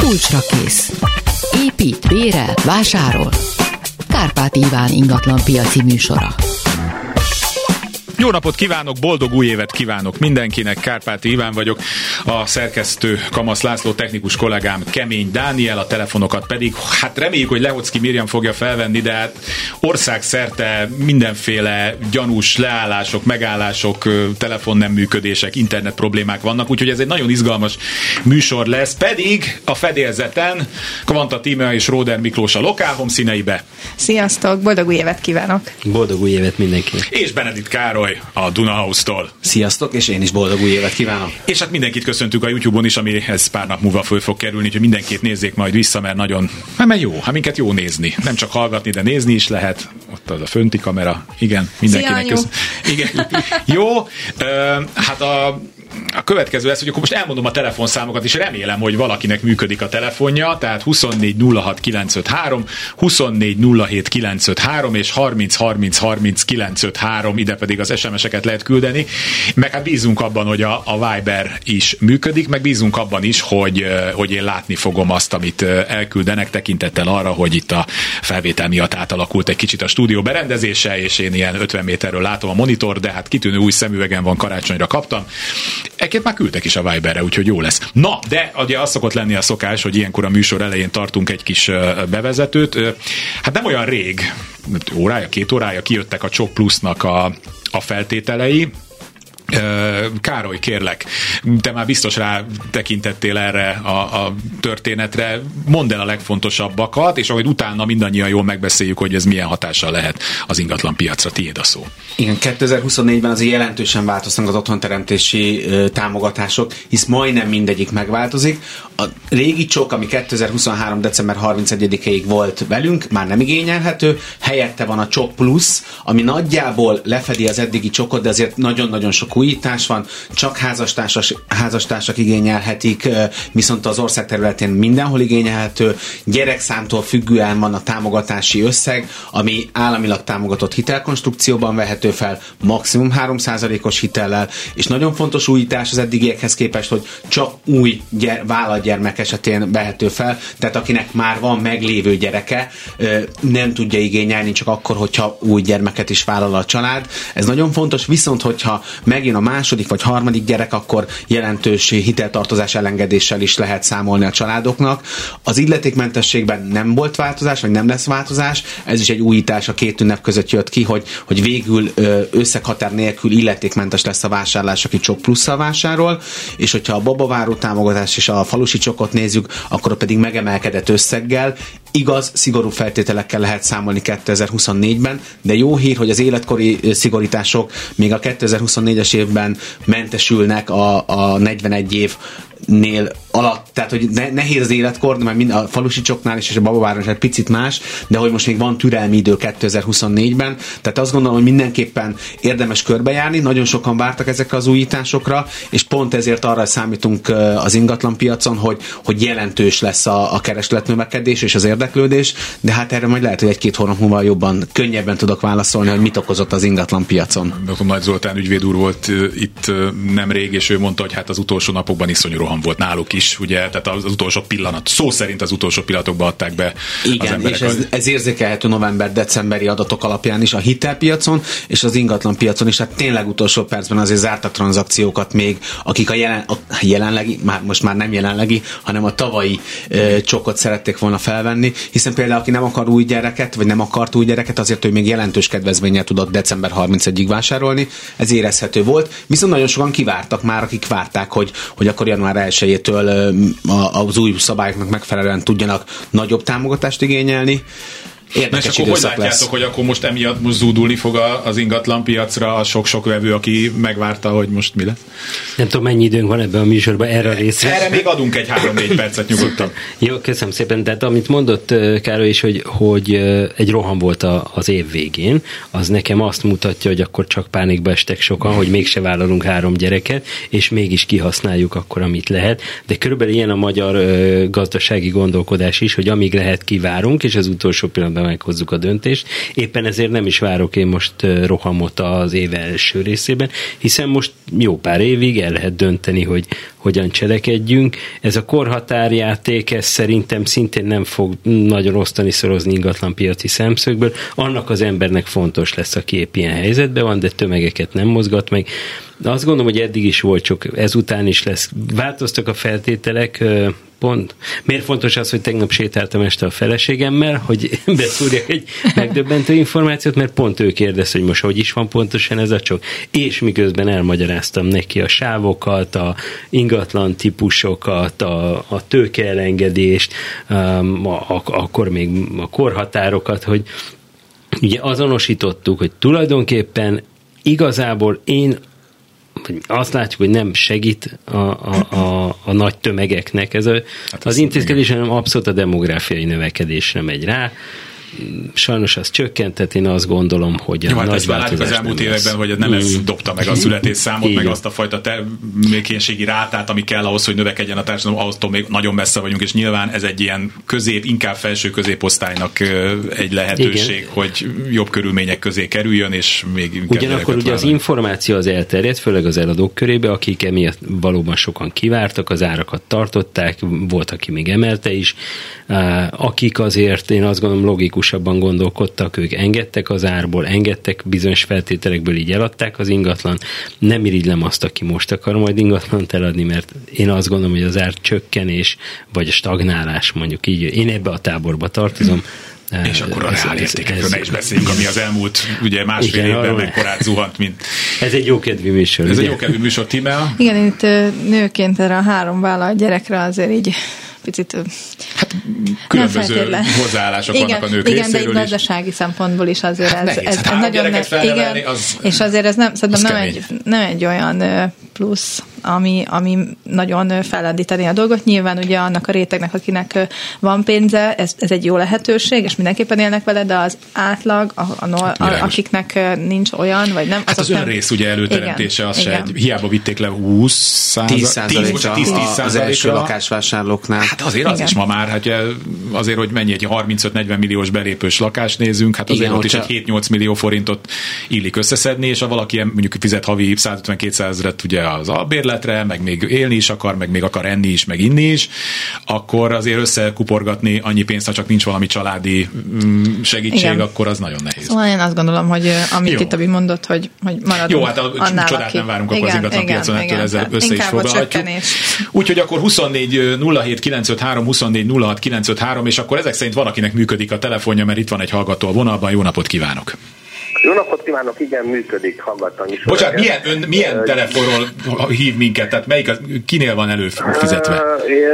kulcsra kész. Épít, bérel, vásárol. Kárpát Iván ingatlan piaci műsora. Jó napot kívánok, boldog új évet kívánok mindenkinek, Kárpáti Iván vagyok, a szerkesztő Kamasz László, technikus kollégám Kemény Dániel, a telefonokat pedig, hát reméljük, hogy Lehocki Miriam fogja felvenni, de hát országszerte mindenféle gyanús leállások, megállások, telefon nem működések, internet problémák vannak, úgyhogy ez egy nagyon izgalmas műsor lesz, pedig a fedélzeten Kvanta Tímea és Róder Miklós a Lokálhom színeibe. Sziasztok, boldog új évet kívánok! Boldog új évet mindenkinek! És Benedikt Károly a Dunahouse-tól. Sziasztok, és én is boldog új évet kívánok. És hát mindenkit köszöntük a YouTube-on is, ami ez pár nap múlva föl fog kerülni, úgyhogy mindenkit nézzék majd vissza, mert nagyon, mert jó, hát minket jó nézni. Nem csak hallgatni, de nézni is lehet. Ott az a fönti kamera. Igen, mindenkinek köszönöm. Igen. Jó, hát a következő lesz, hogy akkor most elmondom a telefonszámokat, és remélem, hogy valakinek működik a telefonja, tehát 24 06 953, 24 07 953 és 30 30 30 953, ide pedig az SMS-eket lehet küldeni, meg hát bízunk abban, hogy a Viber is működik, meg bízunk abban is, hogy én látni fogom azt, amit elküldenek, tekintettel arra, hogy itt a felvétel miatt átalakult egy kicsit a stúdió berendezése, és én ilyen 50 méterről látom a monitor, de hát kitűnő új szemüvegem van, karácsonyra kaptam. Ekkét már küldtek is a Viberre, úgyhogy jó lesz. Na, de ugye az szokott lenni a szokás, hogy ilyenkor a műsor elején tartunk egy kis bevezetőt. Hát nem olyan rég, két órája kijöttek a Csok Plusznak a feltételei. Károly, kérlek, te már biztos rá tekintettél erre a történetre, mondd el a legfontosabbakat, és ahogy utána mindannyian jól megbeszéljük, hogy ez milyen hatással lehet az ingatlan piacra. Tiéd a szó. Igen, 2024-ben azért jelentősen változnak az otthonteremtési támogatások, hisz majdnem mindegyik megváltozik. A régi Csok, ami 2023. december 31-ig volt velünk, már nem igényelhető, helyette van a Csok Plusz, ami nagyjából lefedi az eddigi Csokot, de azért nagyon-nagyon sok újítás van, csak házastársak igényelhetik, viszont az ország területén mindenhol igényelhető, gyerekszámtól függően van a támogatási összeg, ami államilag támogatott hitelkonstrukcióban vehető fel, maximum 3%-os hitellel, és nagyon fontos újítás az eddigiekhez képest, hogy csak új vállalatgyermek esetén vehető fel, tehát akinek már van meglévő gyereke, nem tudja igényelni csak akkor, hogyha új gyermeket is vállal a család. Ez nagyon fontos, viszont hogyha megjön a második vagy harmadik gyerek, akkor jelentős hiteltartozás elengedéssel is lehet számolni a családoknak. Az illetékmentességben nem volt változás, vagy nem lesz változás. Ez is egy újítás a két ünnep között jött ki, hogy végül összeghatár nélkül illetékmentes lesz a vásárlás, aki Csok Plusszal vásárol, és hogyha a babaváró támogatás és a falusi Csokot nézzük, akkor pedig megemelkedett összeggel. Igaz, szigorú feltételekkel lehet számolni 2024-ben, de jó hír, hogy az életkori szigorítások még a 2024-es évben mentesülnek a 41 évnél alatt, tehát hogy nehéz az életkor, mert mind a falusi Csoknál is és a babaváron is egy picit más, de hogy most még van türelmi idő 2024-ben, tehát azt gondolom, hogy mindenképpen érdemes körbejárni, nagyon sokan vártak ezekre az újításokra, és pont ezért arra számítunk az ingatlanpiacon, hogy jelentős lesz a keresletnövekedés és az érdeklődés, de hát erre majd lehet, hogy egy-két hónap múlva jobban, könnyebben tudok válaszolni, hogy mit okozott az ingatlanpiacon. Nagy Zoltán ügyvéd úr volt itt nemrég, és ő mondta, hogy hát az utolsó napokban iszonyú roham volt náluk is, ugye, tehát az utolsó pillanat, szó szerint az utolsó pillanatokban adták be az emberek. És ez érzékelhető november-decemberi adatok alapján is a hitelpiacon és az ingatlanpiacon is, hát tényleg utolsó percben azért zártak tranzakciókat még, akik a jelenlegi, most már nem jelenlegi, hanem a tavalyi Csokot szerették volna felvenni, hiszen például aki nem akar új gyereket, vagy nem akart új gyereket, azért, hogy még jelentős kedvezménnyel tudott december 31-ig vásárolni, ez érezhető volt, viszont nagyon sokan kivártak már, akik várták, hogy akkor január 1-től az új szabályoknak megfelelően tudjanak nagyobb támogatást igényelni. És akkor hogy látjátok, hogy akkor most emiatt most zúdulni fog az ingatlan piacra a sok-sok vevő, aki megvárta, hogy most mi lesz? Nem tudom, mennyi időnk van ebben a műsorban erre a részre. Erre még adunk egy 3-4 percet nyugodtan. Jó, köszönöm szépen. Tehát amit mondott Károly is, hogy egy roham volt az év végén, az nekem azt mutatja, hogy akkor csak pánikba estek sokan, hogy mégse vállalunk 3 gyereket, és mégis kihasználjuk akkor, amit lehet. De körülbelül ilyen a magyar gazdasági gondolkodás is, hogy amíg lehet, kivárunk, és az utolsó pillanatban decemberben meghozzuk a döntést. Éppen ezért nem is várok én most rohamot az év első részében, hiszen most jó pár évig el lehet dönteni, hogy hogyan cselekedjünk. Ez a korhatárjáték, ez szerintem szintén nem fog nagyon osztani szorozni ingatlanpiaci szemszögből. Annak az embernek fontos lesz, aki épp ilyen helyzetben van, de tömegeket nem mozgat meg. De azt gondolom, hogy eddig is volt, csak ezután is lesz. Változtak a feltételek, pont. Miért fontos az, hogy tegnap sétáltam este a feleségemmel, hogy beszúrjak egy megdöbbentő információt, mert pont ő kérdezte, hogy most hogy is van pontosan ez a csok. És miközben elmagyaráztam neki a sávokat, a ingatlan típusokat, a tőkeelengedést, akkor még a korhatárokat, hogy ugye azonosítottuk, hogy tulajdonképpen igazából azt látjuk, hogy nem segít a nagy tömegeknek. Ez az intézkedés, hanem abszolút a demográfiai növekedésre megy rá. Sajnos az csökkent, tehát én azt gondolom, hogy a nagy változás az elmúlt években, hogy nem ez dobta meg a születésszámot, meg azt a fajta termékenységi rátát, ami kell ahhoz, hogy növekedjen a társadalom, ahhoztól még nagyon messze vagyunk, és nyilván ez egy ilyen inkább felső középosztálynak egy lehetőség, igen, hogy jobb körülmények közé kerüljön, és még ugyanakkor ugye az információ az elterjedt, főleg az eladók körébe, akik emiatt valóban sokan kivártak, az árakat tartották, volt, aki még emelte is, akik azért, én azt gondolom, logikusabban gondolkodtak, ők engedtek az árból, engedtek bizonyos feltételekből, így eladták az ingatlan. Nem irigylem azt, aki most akar majd ingatlant eladni, mert én azt gondolom, hogy az ár csökkenés, vagy a stagnálás, mondjuk így, én ebbe a táborba tartozom. És akkor a reálértékekről ne is beszéljünk, ami az elmúlt ugye másfél évben mekkorát zuhant, mint... Ez egy jókedvű műsor. Ez egy jókedvű műsor, Tímea. Igen, én itt nőként erre a 3 vállalt gyerekre azért így picit... Hát különböző hozzáállások vannak a nők részéről is. Igen, de egy gazdasági szempontból is azért ez nagyon nehéz. Igen, és azért ez nem egy olyan plusz, ami nagyon fellendíteni a dolgot. Nyilván ugye annak a rétegnek, akinek van pénze, ez egy jó lehetőség, és mindenképpen élnek vele, de az átlag, akiknek nincs olyan, vagy nem. Hát az önrész ugye előteremtése, az se hiába vitték le 10%-ra az első lakásvásárlóknál. Hát azért az is ma már, hát azért, hogy mennyi egy 35-40 milliós belépős lakást nézünk, hát azért ott is egy 7-8 millió forintot illik összeszedni, és ha valaki mondjuk fizet havi 150-200 ezret ugye az albérletre, meg még élni is akar, meg még akar enni is, meg inni is, akkor azért összekuporgatni annyi pénzt, ha csak nincs valami családi segítség, igen, akkor az nagyon nehéz. Szóval én azt gondolom, hogy amit itt Abi mondott, hogy maradunk. Jó, hát a csodát nem várunk, akkor az ingatlanpiacon, ettől ezzel össze is foglalhatjuk. Úgyhogy akkor 24 07 953, 24 06 953, és akkor ezek szerint van, akinek működik a telefonja, mert itt van egy hallgató a vonalban. Jó napot kívánok! Jó napot kívánok, igen, működik, hallgattam is. Bocsánat, milyen telefonról hív minket? Tehát kinél van előfizetve? Én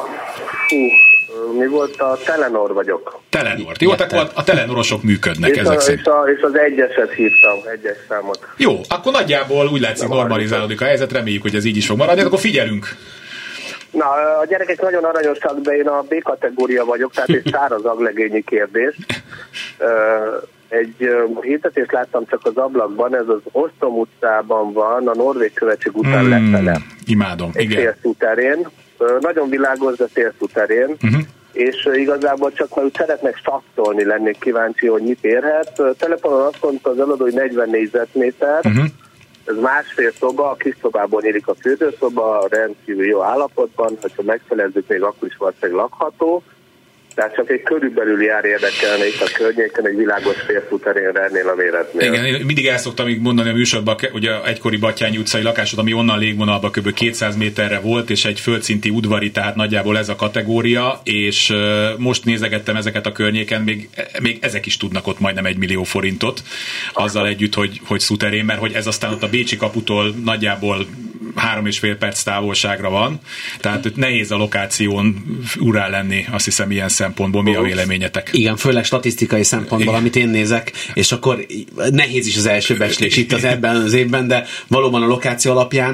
mi volt? A Telenor vagyok. Telenor. Jó, akkor a Telenorosok működnek ezek szerint. És az egyeset hívtam, egyes számot. Jó, akkor nagyjából úgy látszik normalizálódik a helyzet, reméljük, hogy ez így is fog maradni, akkor figyelünk. Na, a gyerekek nagyon aranyosak, de én a B kategória vagyok, tehát egy száraz aglegényi kérdés. Egy hirdetést láttam csak az ablakban, ez az Osztom utcában van, a Norvég Követség után lefele. Imádom, egy igen. Szélszúterén. Nagyon világos, de szélszúterén. És igazából csak már úgy szeretnek saktolni, lennék kíváncsi, hogy mit érhet. Telefonon azt mondta az eladó, hogy 40 négyzetméter. Ez másfél szoba, a kis szobából nyílik a fürdőszoba, rendkívül jó állapotban, hogyha megfelezzük, még akkor is valószínűleg lakható. Tehát csak egy körülbelül jár érdekelne itt a környéken, egy világos félfuterén ennél a méretnél. Igen, én mindig el szoktam mondani a műsorban, ugye egykori Batthyány utcai lakásod, ami onnan légvonalban kb. 200 méterre volt, és egy földszinti udvari, tehát nagyjából ez a kategória, és most nézegettem ezeket a környéken, még ezek is tudnak ott majdnem 1 millió forintot, azzal együtt, hogy szuterén, mert hogy ez aztán ott a Bécsi kaputól nagyjából 3,5 perc távolságra van, tehát nehéz a lokáción urá lenni, azt hiszem ilyen szempontból. Mi a véleményetek? Igen, főleg statisztikai szempontból, igen, amit én nézek, és akkor nehéz is az első becslés itt ebben az évben, de valóban a lokáció alapján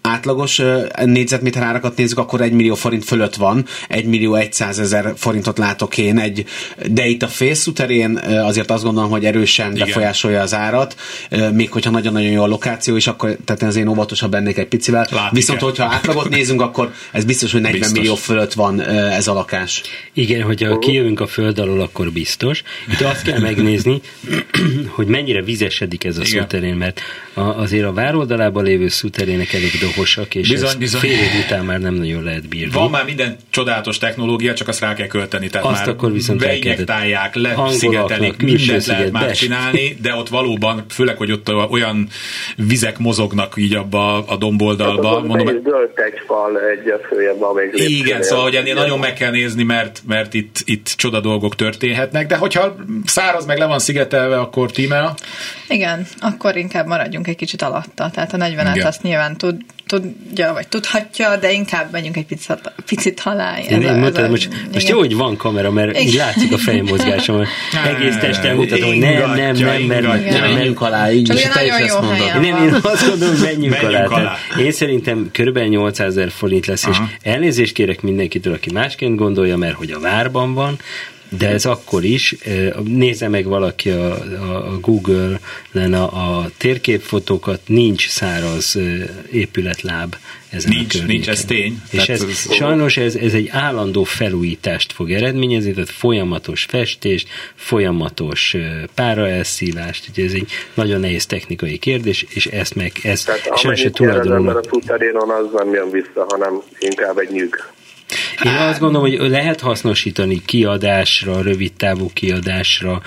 átlagos négyzetméter árakat nézzük, akkor 1 millió forint fölött van, 1.100.000 forintot látok én, de itt a félszuterén azért azt gondolom, hogy erősen befolyásolja az árat, még hogyha nagyon-nagyon jó a lokáció is, akkor tehát az én óvatosabb lennék egy picivel. Viszont, hogyha átlagot nézünk, akkor ez biztos, hogy 40 millió fölött van ez a lakás. Igen, hogyha kijövünk a föld alól, akkor biztos. Itt azt kell megnézni, hogy mennyire vizesedik ez a szuterén, mert azért a vároldalában lévő szuterének elég dohosak, és bizony. Fél év után már nem nagyon lehet bírni. Van már minden csodálatos technológia, csak azt rá kell költeni. Tehát azt már akkor viszont beinjektálják, leszigetelik, mindent lehet már csinálni, de ott valóban, főleg, hogy ott olyan vizek mozognak így abba a domboldalba. Hát mondom, egy fal egyet följebb a még igen, szóval, hogy ennél nagyon meg kell nézni, mert itt csoda dolgok történhetnek, de hogyha száraz meg le van szigetelve, akkor Tímea? Igen, akkor inkább maradjunk egy kicsit alatta. Tehát a 40-et azt nyilván tudja, vagy tudhatja, de inkább menjünk egy picit alá. Most jó, hogy van kamera, mert így látszik a fejmozgásom. Egész testen mutatom, hogy nem menjünk alá. Így is te is ezt mondod. Nem, én azt gondolom, hogy menjünk alá. Én szerintem körülbelül 800.000 forint lesz, és elnézést kérek mindenkitől, aki másként gondolja, mert hogy a várban van, de ez akkor is, nézze meg valaki a Google-len a térképfotókat, nincs száraz épületláb ezen a környéken. Nincs, ez tény. És sajnos ez egy állandó felújítást fog eredményezni, tehát folyamatos festést, folyamatos páraelszívást, úgyhogy ez egy nagyon nehéz technikai kérdés, és ezt se tulajdonulnak. A futerénon az nem jön vissza, hanem inkább egy nyug. Én azt gondolom, hogy lehet hasznosítani kiadásra, rövidtávú kiadásra,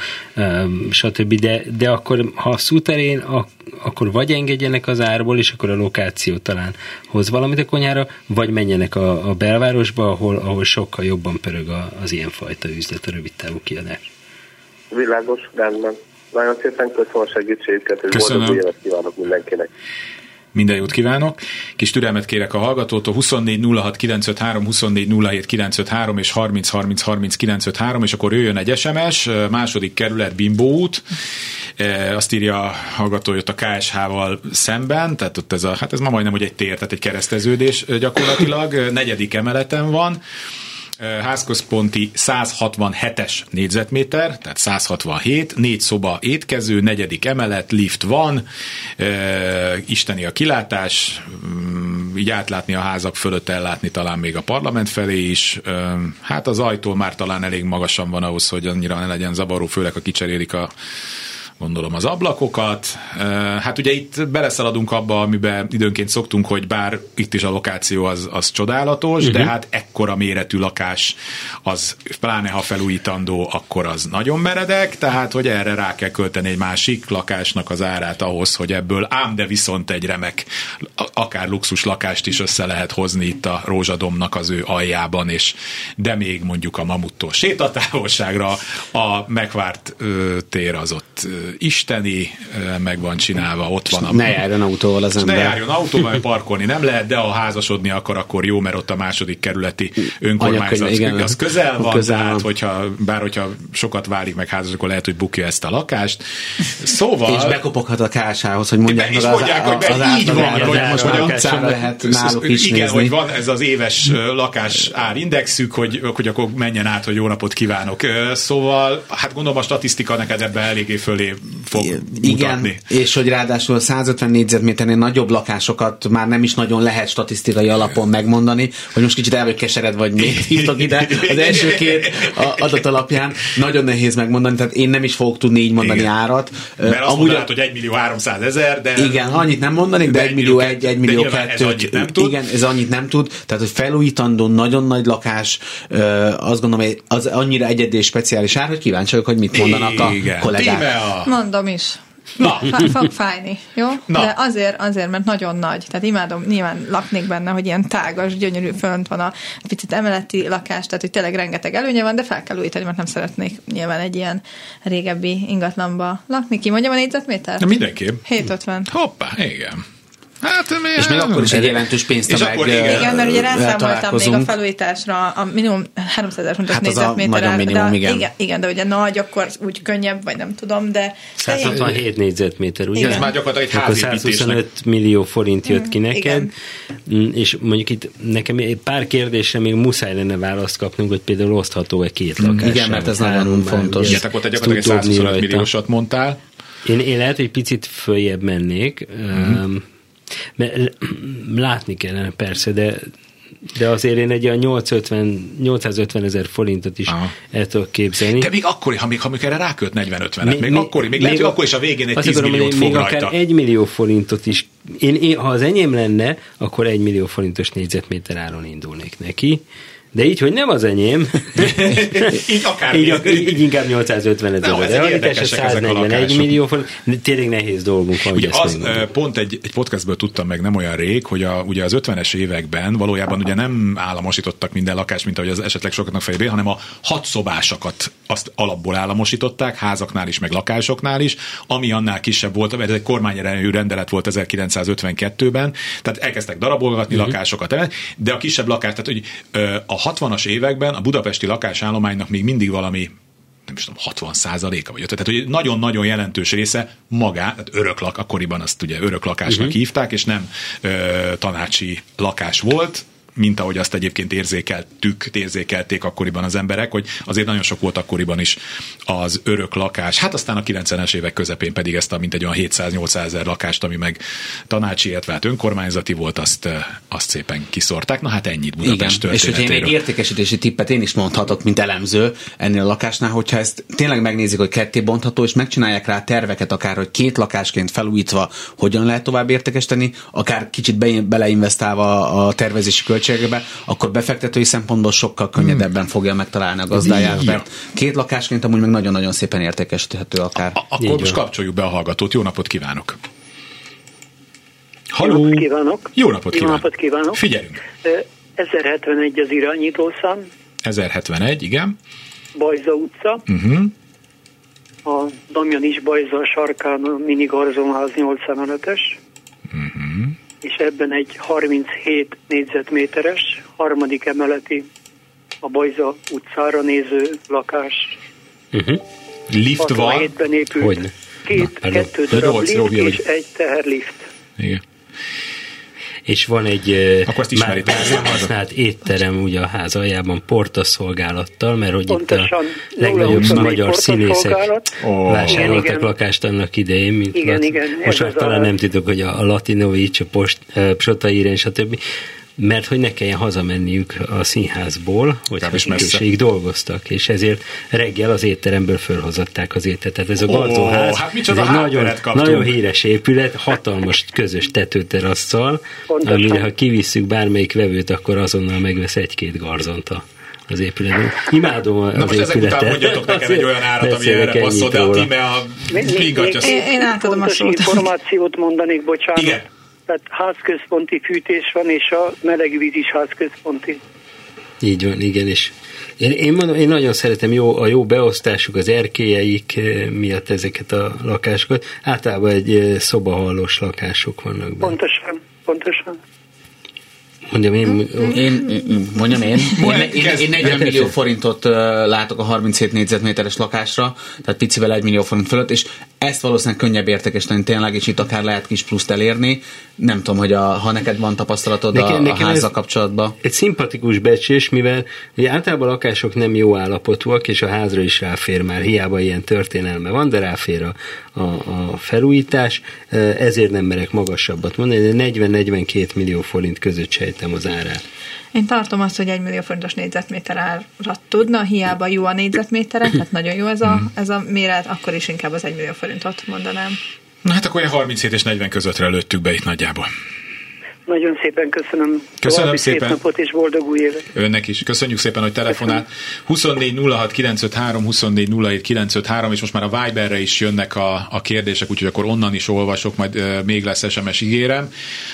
stb. De akkor, ha a szuterén, akkor vagy engedjenek az árból, és akkor a lokáció talán hoz valamit a konyhára, vagy menjenek a belvárosba, ahol sokkal jobban pörög az ilyenfajta üzlet, a rövidtávú kiadás. Világos, rendben. Nagyon szépen köszönöm a segítségüket, és boldog évet kívánok mindenkinek. Minden jót kívánok. Kis türelmet kérek a hallgatótól. 24 06 953, 24 07 953 és 30 30 30 953, és akkor jöjjön egy SMS, második kerület, Bimbó út. Azt írja a hallgató, hogy ott a KSH-val szemben, tehát ott ez ma majdnem, hogy egy tér, tehát egy kereszteződés gyakorlatilag, 4. emeleten van. Házközponti 167-es négyzetméter, tehát 167, 4 szoba étkező, 4. emelet, lift van, isteni a kilátás, így átlátni a házak fölött, ellátni talán még a parlament felé is. Hát az ajtó már talán elég magasan van ahhoz, hogy annyira ne legyen zavaró, főleg ha kicserélik gondolom az ablakokat. Hát ugye itt beleszaladunk abba, amiben időnként szoktunk, hogy bár itt is a lokáció az csodálatos, de hát ekkora méretű lakás, az pláne ha felújítandó, akkor az nagyon meredek, tehát hogy erre rá kell költeni egy másik lakásnak az árát ahhoz, hogy ebből ám de viszont egy remek, akár luxus lakást is össze lehet hozni itt a Rózsadombnak az ő aljában, de még mondjuk a Mamuttól sétatávolságra a megvárt tér az ott isteni, meg van csinálva, ott van ne járjon autóval az ember. Ne járjon autóval, parkolni nem lehet, de ha házasodni akar, akkor jó, mert ott a második kerületi önkormányzat az közel van, tehát hogyha sokat válik meg házasok, akkor lehet, hogy bukja ezt a lakást. Szóval... És bekopoghat a KSH-hoz, hogy mondják meg az így van, hogy most a utcán lehet náluk is igen, nézni. hogy van ez az éves lakás árindexük, hogy akkor menjen át, hogy jó napot kívánok. Szóval, hát gondolom a statisztika neked ebben eléggé fölé fog mutatni. Igen, és hogy ráadásul 150 négyzetméternél nagyobb lakásokat már nem is nagyon lehet statisztikai alapon megmondani, hogy most kicsit el vagy kesered, vagy miért hívtak ide. Az első 2 adat alapján nagyon nehéz megmondani, tehát én nem is fogok tudni így mondani árat. Mert azt mondanád, hogy 1.300.000, de... Igen, annyit nem mondanék, de 1 millió 2. Igen, ez annyit nem tud. Tehát, hogy felújítandó, nagyon nagy lakás, azt gondolom, hogy az annyira egyedi és speciális ár, hogy kíváncsi vagyok, hogy mit mondanak a kollégák. Mondom is. Fog fájni, jó? Na. De azért, mert nagyon nagy. Tehát imádom, nyilván laknék benne, hogy ilyen tágas, gyönyörű, fönt van a picit emeleti lakás, tehát hogy tényleg rengeteg előnye van, de fel kell újítani, mert nem szeretnék nyilván egy ilyen régebbi ingatlanba lakni. Ki mondjam a négyzetmétert? Mindenképp. 750. Hoppá, igen. Hát, és még akkor is egy jelentős pénztömeg. Igen, mert ugye rászámoltam még a felújításra a minimum 300 000 fontos négyzetméter. Igen, de ugye nagy, akkor úgy könnyebb, vagy nem tudom, de... 167 négyzetméter, ugye? Ez már gyakorlatilag egy házépítésnek. 125 millió forint jött ki neked, és mondjuk itt nekem pár kérdésre még muszáj lenne választ kapnunk, hogy például osztható-e két lakás. Igen, mert ez nagyon fontos. Igen, akkor te gyakorlatilag 125 milliósat mondtál. Én lehet, hogy picit följebb mennék, mert látni kellene persze, de azért én egy olyan 850 000 forintot is el tudok képzelni. De még akkor, ha még erre rákölt 40-50-et, még lehet, hogy akkor is a végén egy 10 milliót fog rajta. Még akár 1 millió forintot is, ha az enyém lenne, akkor 1 millió forintos négyzetméter áron indulnék neki. De így, hogy nem az enyém, így inkább 850 000. De realitásra 141 millió forint, tényleg nehéz dolgunk van. Ugye pont egy podcastből tudtam meg nem olyan rég, hogy ugye az 50-es években valójában ugye nem államosítottak minden lakást, mint ahogy az esetleg sokatnak fejében, hanem a 6 szobásakat azt alapból államosították, házaknál is, meg lakásoknál is, ami annál kisebb volt, mert ez egy kormányerejű rendelet volt 1952-ben, tehát elkezdtek darabolgatni lakásokat, de a kisebb lakás, tehát hogy a 60-as években a budapesti lakásállománynak még mindig valami, nem is tudom, 60%-a vagy. Tehát, hogy nagyon-nagyon jelentős része tehát akkoriban azt ugye örök lakásnak hívták, és nem tanácsi lakás volt, mint ahogy azt egyébként érzékelték akkoriban az emberek, hogy azért nagyon sok volt akkoriban is az örök lakás. Hát aztán a 90-es évek közepén pedig ezt a mintegy olyan 700-800 000 lakást, ami meg tanácsi, illetve hát önkormányzati volt, azt szépen kiszórták. Na hát ennyit Budapest történetéről. És hogyha egy értékesítési tippet én is mondhatok, mint elemző ennél a lakásnál, hogyha ezt tényleg megnézik, hogy ketté bontható, és megcsinálják rá terveket, akár hogy 2 lakásként felújítva hogyan lehet tovább értékesíteni, akár kicsit beleinvestálva a tervezési költségekbe, akkor befektetői szempontból sokkal könnyedebben fogja megtalálni a gazdáját, mert 2 lakásként amúgy meg nagyon-nagyon szépen értékesíthető akár. Akkor most kapcsoljuk be a hallgatót. Jó napot kívánok! Halló! Jó napot kívánok! Jó napot kívánok! Jó napot kívánok! Figyelünk! 1071 az irányítószám. 1071, igen. Bajza utca. A Damjanis Bajza sarkán a Mini Garzonház 85-es. És ebben egy 37 négyzetméteres, 3. emeleti, a Bajza utcára néző lakás. Lift van? 67-ben épült. 2 darab lift és egy teherlift. Igen. És van egy már nem használt étterem ugye a ház aljában portaszolgálattal, mert hogy pontosan, itt a legnagyobb magyar színészek vásároltak lakást annak idején, mint igen, most már talán nem titok, hogy a Latinovics, a Psota Irén, stb. Mert hogy ne kelljen hazamenniük a színházból, hogy időségig dolgoztak, és ezért reggel az étteremből fölhozatták az ételt. Tehát ez a Garzonház, hát ez egy nagyon híres épület, hatalmas közös tetőterasszal, amire ha kivisszük bármelyik vevőt, akkor azonnal megvesz 1-2 garzont az épületben. Imádom az épületet. Ezek után mondjatok nekem egy olyan árat, ami erre passzol, de a tíme a pingatja. Én átadom a szót. Információt mondanék, bocsánat. Igen. Tehát házközponti fűtés van, és a melegvíz is házközponti. Így van, igen, és én mondom, én nagyon szeretem a jó beosztásuk, az erkélyeik miatt ezeket a lakásokat. Általában egy szobahallós lakások vannak benne. Pontosan. Mondjam én. Én 40 millió forintot látok a 37 négyzetméteres lakásra, tehát picivel 1 millió forint fölött, és ezt valószínűleg könnyebb értékesíteni tényleg, és itt akár lehet kis pluszt elérni. Nem tudom, hogy ha neked van tapasztalatod a házzal kapcsolatban. Egy szimpatikus becsés, mivel ugye általában a lakások nem jó állapotúak, és a házra is ráfér már, hiába ilyen történelme van, de ráfér a felújítás, ezért nem merek magasabbat mondani, de 40-42 millió forint között sejtem az árát. Én tartom azt, hogy 1 millió forintos négyzetméter árat tudna, hiába jó a négyzetméterek, tehát nagyon jó ez a méret, akkor is inkább az 1 millió forintot mondanám. Na hát akkor 37 és 40 közöttre lőttük be itt nagyjából. Nagyon szépen köszönöm. Köszönöm szépen. Szép napot és boldog új évet. Önnek is. Köszönjük szépen, hogy telefonált. 24 06 953, 24 07 953, és most már a Viberre is jönnek a kérdések, úgyhogy akkor onnan is olvasok, majd még lesz SMS, ígérem.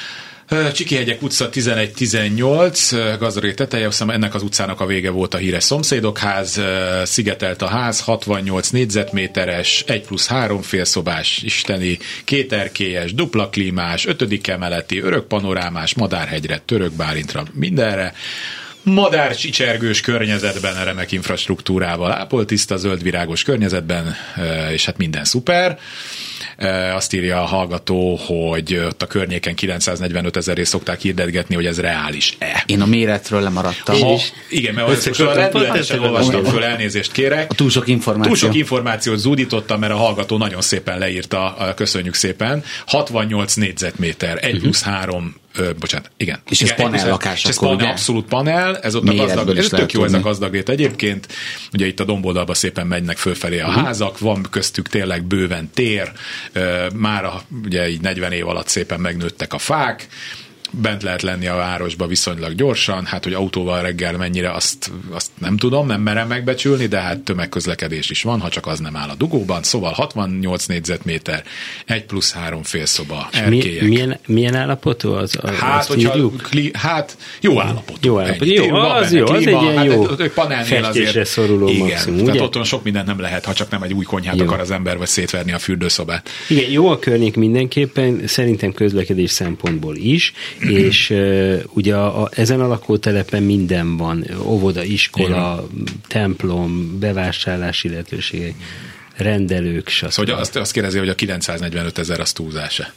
Csikihegyek utca 11-18, Gazdagréd teteje, aztán ennek az utcának a vége volt a híres szomszédokház, szigetelt a ház, 68 négyzetméteres, 1+3 félszobás, isteni, 2 erkélyes, dupla klímás, 5. emeleti, örök panorámás, Madárhegyre, Török Bálintra, mindenre, madár csicsergős környezetben, remek infrastruktúrával, ápoltiszta, zöldvirágos környezetben, és hát minden szuper. Azt írja a hallgató, hogy ott a környéken 945 000-ért szokták hirdetgetni, hogy ez reális-e. Én a méretről lemaradtam. Igen, mert rendületesen olvastam föl, elnézést kérek. A túl sok információt zúdítottam, mert a hallgató nagyon szépen leírta, köszönjük szépen, 68 négyzetméter, 1+3 bocsánat, igen. És ez panel lakás, ez abszolút panel, ez ott a gazdag, ez tök jó ez a Gazdagréd egyébként, ugye itt a domboldalba szépen mennek fölfelé a házak, van köztük tényleg bőven tér, már ugye így 40 év alatt szépen megnőttek a fák, bent lehet lenni a városba viszonylag gyorsan, hát hogy autóval reggel mennyire, azt nem tudom, nem merem megbecsülni, de hát tömegközlekedés is van, ha csak az nem áll a dugóban, szóval 68 négyzetméter, 1+3 félszoba, erkélyek. Milyen állapotú az? Hát, hogyha jó állapotú. Jó állapotú. Jó, az jó, az egy ilyen jó festésre szoruló maximum, tehát otthon sok mindent nem lehet, ha csak nem egy új konyhát akar az ember, vagy szétverni a fürdőszobát. Igen, jó a környék mindenképpen, szerintem közlekedés szempontból is, és ugye ezen a lakótelepen minden van, óvoda, iskola, templom, bevásárlási lehetőségek, rendelők, stb. Szóval azt kérdezi, hogy a 945 000 az túlzása.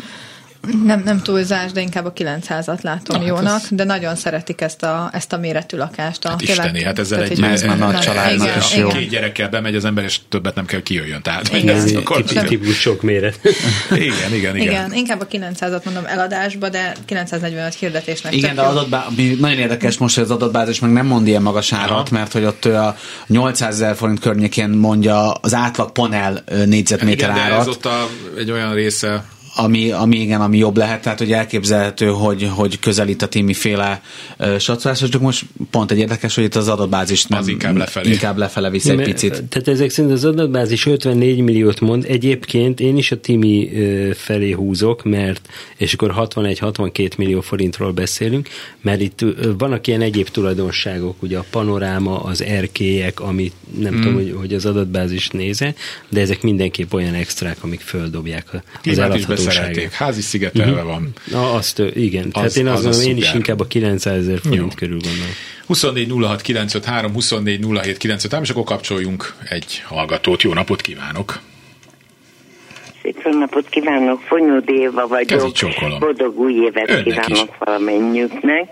Nem túlzás, de inkább a 900-at látom jónak, de nagyon szeretik ezt a méretű lakást. Hát isteni, hát ezzel egy nagy családnak is jó. 2 gyerekkel bemegy az ember, és többet nem kell, hogy kijöjjön. Tehát, tipikus sok méret. Igen. Inkább a 900-at mondom eladásba, de 945 hirdetésnek. Igen, de nagyon érdekes most, hogy az adatbázis meg nem mond ilyen magas árat, mert hogy ott a 800 000 forint környékén mondja az átlag panel négyzetméter árat. Igen, de ez ott egy olyan része, ami jobb lehet, tehát hogy elképzelhető, hogy közelít a Timi-féle satszoláshoz, csak most pont egy érdekes, hogy itt az adatbázis nem, inkább lefele visz egy picit. Tehát ezek szerint az adatbázis 54 milliót mond, egyébként én is a Timi felé húzok, mert, és akkor 61-62 millió forintról beszélünk, mert itt vannak ilyen egyéb tulajdonságok, ugye a panoráma, az erkélyek, amit nem tudom, hogy az adatbázis néze, de ezek mindenképp olyan extrák, amik földobják az eladhatóságot. Házi szigetelve van. Igen. Tehát én azt gondolom, én is inkább a 900 000 forint körül gondolom. 24 06 953, 24 07 953, és akkor kapcsoljunk egy hallgatót. Jó napot kívánok! Szép jó napot kívánok, Fonyódi Éva vagyok. Boldog új évet önnek kívánok is valamennyiüknek.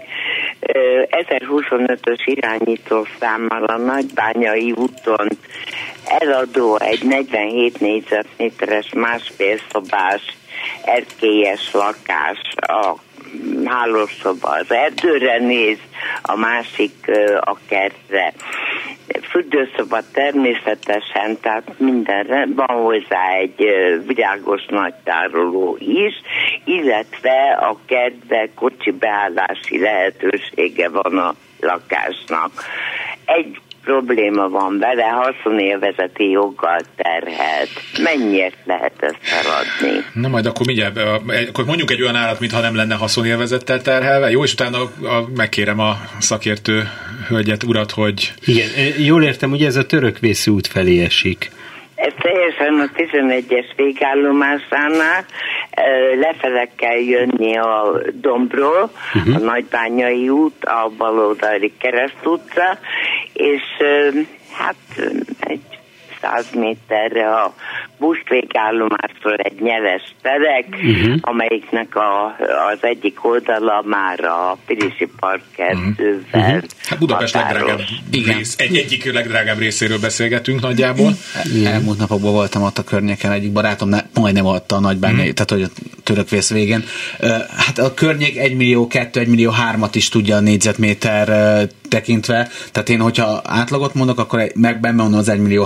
1025-ös irányítószámmal a Nagybányai úton eladó egy 47 négyzetméteres másfél szobás erkélyes lakás, a hálószoba az erdőre néz, a másik a kertre. Fürdőszoba természetesen, tehát mindenre van hozzá egy világos nagy tároló is, illetve a kertbe kocsi beállási lehetősége van a lakásnak. Egy probléma van vele, haszonélvezeti joggal terhelt. Mennyiért lehet ezt eladni? Na majd akkor mindjárt, akkor mondjuk egy olyan árat, mintha nem lenne haszonélvezettel terhelve. Jó, és utána megkérem a szakértő hölgyet, urat, hogy... Igen, jól értem, ugye ez a Törökvészi út felé esik. Ez teljesen a 11-es végállomásánál lefele kell jönni a Dombról, a Nagybányai út, a baloldali Kereszt utca, és hát egy 100 méterre a buszvégállomásról egy nyeles terek, amelyiknek az egyik oldala már a Pirisi Parkerdővel Hát Budapest legdrágább egyik legdrágább részéről beszélgetünk nagyjából. Elmúlt napokban voltam ott a környéken, egyik barátom majdnem ott a Nagybányai, tehát hogy a Törökvész végén. Hát a környék 1 millió 2, 1 millió 3 is tudja a négyzetméter tekintve, tehát én, hogyha átlagot mondok, akkor benne mondom az 1,3 millió,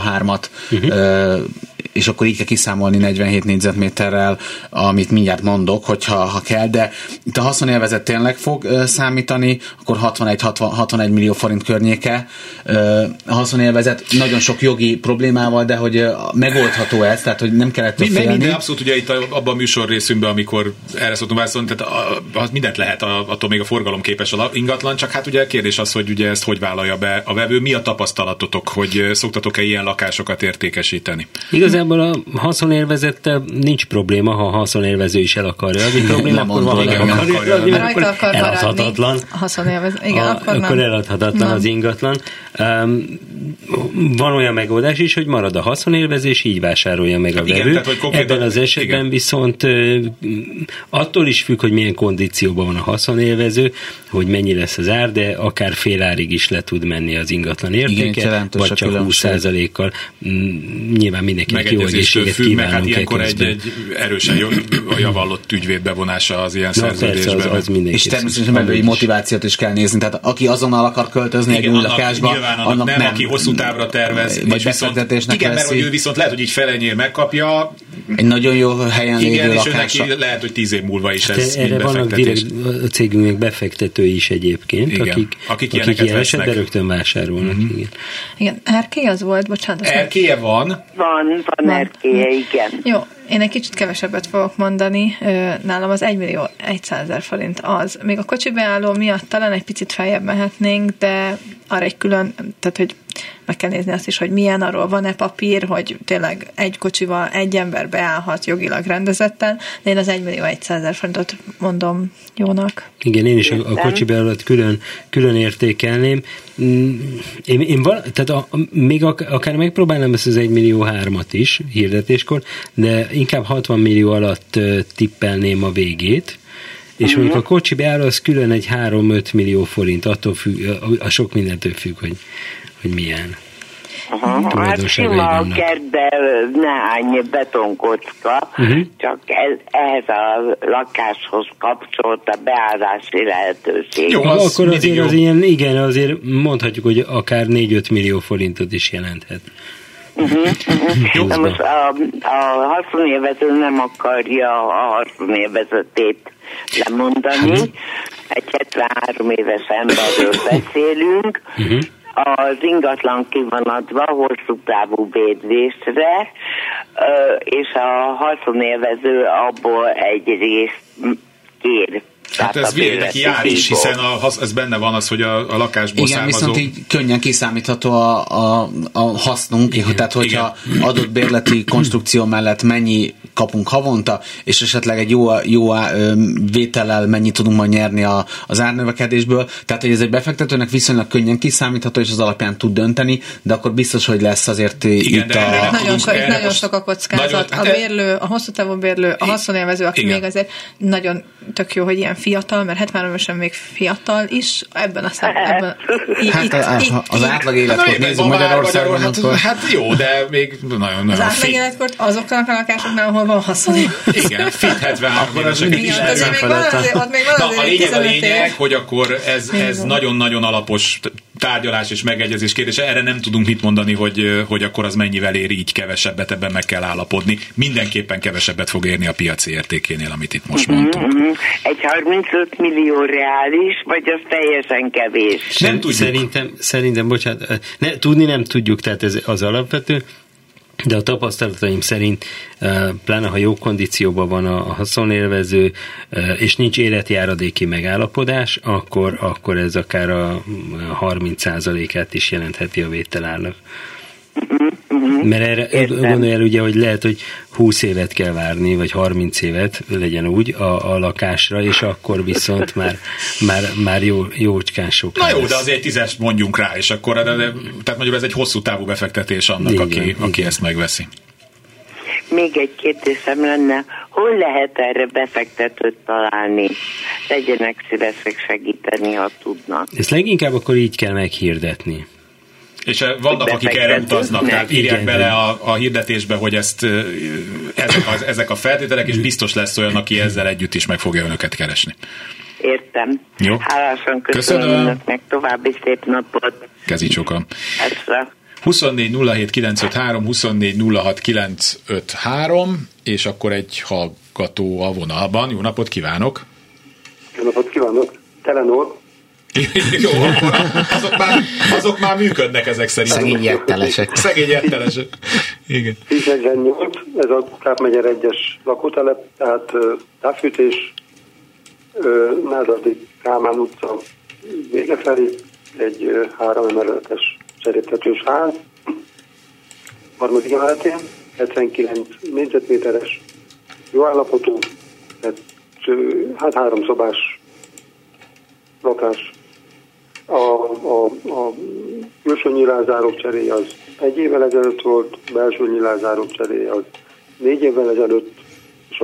és akkor így kell kiszámolni 47 négyzetméterrel, amit mindjárt mondok, ha kell, de itt a haszonélvezet tényleg fog számítani, akkor 61 millió forint környéke a haszonélvezet, nagyon sok jogi problémával, de hogy megoldható ez, tehát hogy nem kellett félni. Minden abszolút, ugye itt abban a műsor részünkben, amikor erre szoktunk válaszolni, tehát mindent lehet, attól még a forgalomképes ingatlan, csak hát ugye a kérdés az, hogy ugye ezt hogy vállalja be a vevő, mi a tapasztalatotok, hogy szoktatok-e ilyen lakásokat értékesíteni? Igazából a haszonélvezettel nincs probléma, ha a haszonélvező is el akarja adni. Probléma, akkor van, akkor eladhatatlan. Akkor eladhatatlan az ingatlan. Van olyan megoldás is, hogy marad a haszonélvező, és így vásárolja meg a vevő. Igen, ebben az esetben viszont attól is függ, hogy milyen kondícióban van a haszonélvező, hogy mennyi lesz az ár, de akár fél árig is le tud menni az ingatlan értéke, vagy csak 20%-kal. Nyilván mindenkinek jó egészséget kívánunk. Hát ilyenkor egy erősen javallott ügyvéd bevonása az ilyen szerződésben. Az és természetesen vevői motivációt is kell nézni. Tehát aki azonnal akar költözni egy új lakásba, annak nem, aki hosszú távra tervez, vagy befektetésnek igen, mert hogy ő viszont lehet, hogy így felenyél megkapja. Egy nagyon jó helyen lévő lakásra. Igen, és lehet, hogy 10 év múlva is ez erre vannak direkt a cégünknek befektetői is egyébként, igen, akik ilyen esetben rögtön vásárolnak. Igen, erkélye az volt, bocsánat. Erkélye van? Van erkélye, igen. Jó, én egy kicsit kevesebbet fogok mondani. Nálam az 1.100.000 forint az. Még a kocsi beálló miatt talán egy picit feljebb mehetnénk, de arra egy külön, tehát hogy meg kell nézni azt is, hogy milyen, arról van-e papír, hogy tényleg egy kocsival egy ember beállhat jogilag rendezetten, de én az 1.100.000 forintot mondom jónak. Igen, én is a kocsi beállót külön értékelném. Tehát még akár megpróbálnám ezt az 1,3 millió is hirdetéskor, de inkább 60 millió alatt tippelném a végét, és mondjuk a kocsi beálló az külön egy 3-5 millió forint, attól függ, a sok mindentől függ, hogy milyen. Hát sima a kertben nehány betonkocka, csak ehhez a lakáshoz kapcsolt a beállási lehetőség. Jó, akkor azért az ilyen, igen, azért mondhatjuk, hogy akár 4-5 millió forintot is jelenthet. Na most a haszonélvező nem akarja a haszonélvezetét lemondani. Egy 73 éves emberről beszélünk. Az ingatlan ki van adva hosszú távú védésre, és a haszonélvező abból egy részt kér. Hát ez neki jár is, hiszen ez benne van az, hogy a lakásból igen, származó... viszont így könnyen kiszámítható a hasznunk, igen, tehát hogyha adott bérleti konstrukció mellett mennyi kapunk havonta, és esetleg egy jó vétellel mennyit tudunk majd nyerni az árnövekedésből, tehát hogy ez egy befektetőnek viszonylag könnyen kiszámítható, és az alapján tud dönteni, de akkor biztos, hogy lesz azért igen, itt nagyon sok a kockázat. A bérlő, a hosszú távú bérlő, a haszonélvező, aki még azért nagyon tök jó, hogy ilyen fiatal, mert 73 évesen még fiatal is, ebben az átlag életkort nézzük Magyarországon. Hát jó, de még nagyon az átlag életkort azoknak a lakásoknál, ahol van haszonélvező. Igen, fit 73 éveseket is a lényeg, hogy akkor ez nagyon-nagyon alapos tárgyalás és megegyezés kérdése. Erre nem tudunk mit mondani, hogy akkor az mennyivel ér így kevesebbet, ebben meg kell állapodni. Mindenképpen kevesebbet fog érni a piaci értékénél, amit itt most mondtunk. Egy 35 millió reális, vagy az teljesen kevés? Nem tudjuk. Szerintem bocsánat, tudni nem tudjuk, tehát ez az alapvető, de a tapasztalataim szerint, pláne ha jó kondícióban van a haszonélvező, és nincs életjáradéki megállapodás, akkor ez akár a 30%-át is jelentheti a vételárnak. Mert erre gondolj el ugye, hogy lehet, hogy 20 évet kell várni, vagy 30 évet legyen úgy a lakásra, és akkor viszont már jócskán sok. Na jó, de azért 10-est mondjunk rá, és akkor tehát mondjuk ez egy hosszú távú befektetés annak, aki ezt megveszi. Még egy kérdésem lenne, hol lehet erre befektetőt találni? Legyenek szívesek segíteni, ha tudnak. Ezt leginkább akkor így kell meghirdetni. És vannak, akik erre utaznak, tehát írják bele a hirdetésbe, hogy ezek a feltételek, és biztos lesz olyan, aki ezzel együtt is meg fogja önöket keresni. Értem. Jó. Hálásan köszönöm önöknek, további szép napot. Kezi sokan. 24 07 953, 24 06 953, és akkor egy hallgató a vonalban. Jó napot kívánok! Jó napot kívánok! Telenor. Jó, akkor azok már működnek ezek szerint. Szegény jettelesek. Igen. 1048, ez a Kárpmegyer 1-es lakótelep, tehát távfűtés, Nádasdi Kálmán utca vége felé, egy 3 emeletes cseréptetős ház, harmadik emeletén, 79 négyzetméteres, jó állapotú, hát 3 szobás lakás. A külső nyilázárok cseréje az 1 évvel ezelőtt volt, belső nyilázárok cseréje az 4 évvel ezelőtt, és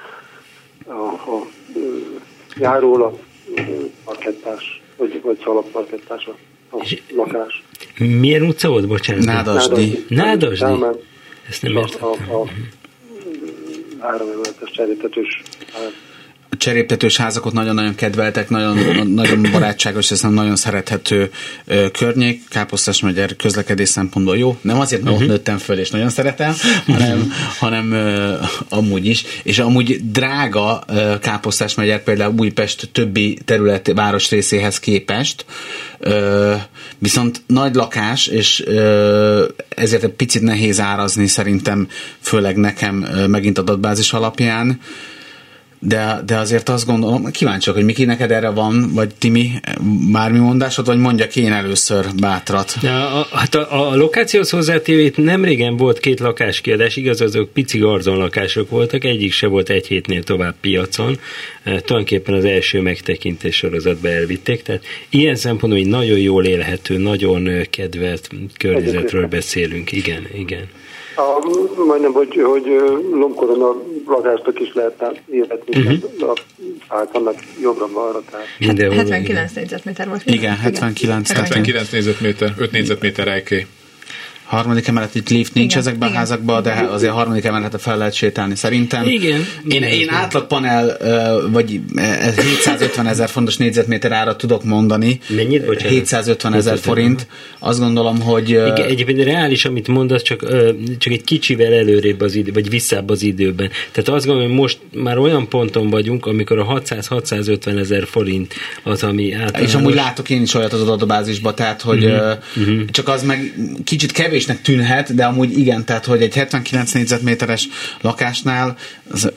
a járóla parkettás, vagy szalagparkettás a lakás. Milyen utca volt, bocsánat? Nádasdi. Ezt nem értettem. A 3 emeletes cseréptetős ház. A cseréptetős házakot nagyon-nagyon kedveltek, nagyon barátságos, ez nagyon szerethető környék. Káposztásmegyer közlekedés szempontból jó. Nem azért, mert ott nőttem föl, és nagyon szeretem, hanem amúgy is. És amúgy drága Káposztásmegyer például Újpest többi terület városrészéhez képest, viszont nagy lakás, és ezért egy picit nehéz árazni szerintem, főleg nekem megint adatbázis alapján. De azért azt gondolom, kíváncsiak, hogy Miki, neked erre van, vagy Timi, bármi mondásod, vagy mondjak én először bátrat? Hát a lokációhoz hozzátévét nem régen volt 2 lakáskiadás, igaz, azok pici garzon lakások voltak, egyik se volt 1 hétnél tovább piacon, tulajdonképpen az első megtekintés sorozatba elvitték, tehát ilyen szempontból, hogy nagyon jól élhető, nagyon kedvelt környezetről beszélünk, igen. Majdnem, hogy lombkoron a lakásnak is lehet életni, a fák annak jobbra-balra. 79 négyzetméter volt. Igen, 79 négyzetméter, 5 négyzetméter elké. Harmadik emelet, itt lift nincs ezekben a házakban, de azért a harmadik emeletre fel lehet sétálni szerintem. Igen. Én átlagpanel, vagy 750 000 fontos négyzetméter árat tudok mondani. Mennyit? Bocsánat. 750 000 forint. Azt gondolom, hogy... Igen, egyébként reális, amit mondasz, csak egy kicsivel előrébb az idő, vagy visszább az időben. Tehát azt gondolom, hogy most már olyan ponton vagyunk, amikor a 600-650 000 forint az, ami általános... És amúgy látok én is olyat az adatbázisba, tehát, hogy csak az meg kicsit kevésnek tűnhet, de amúgy igen, tehát, hogy egy 79 négyzetméteres lakásnál az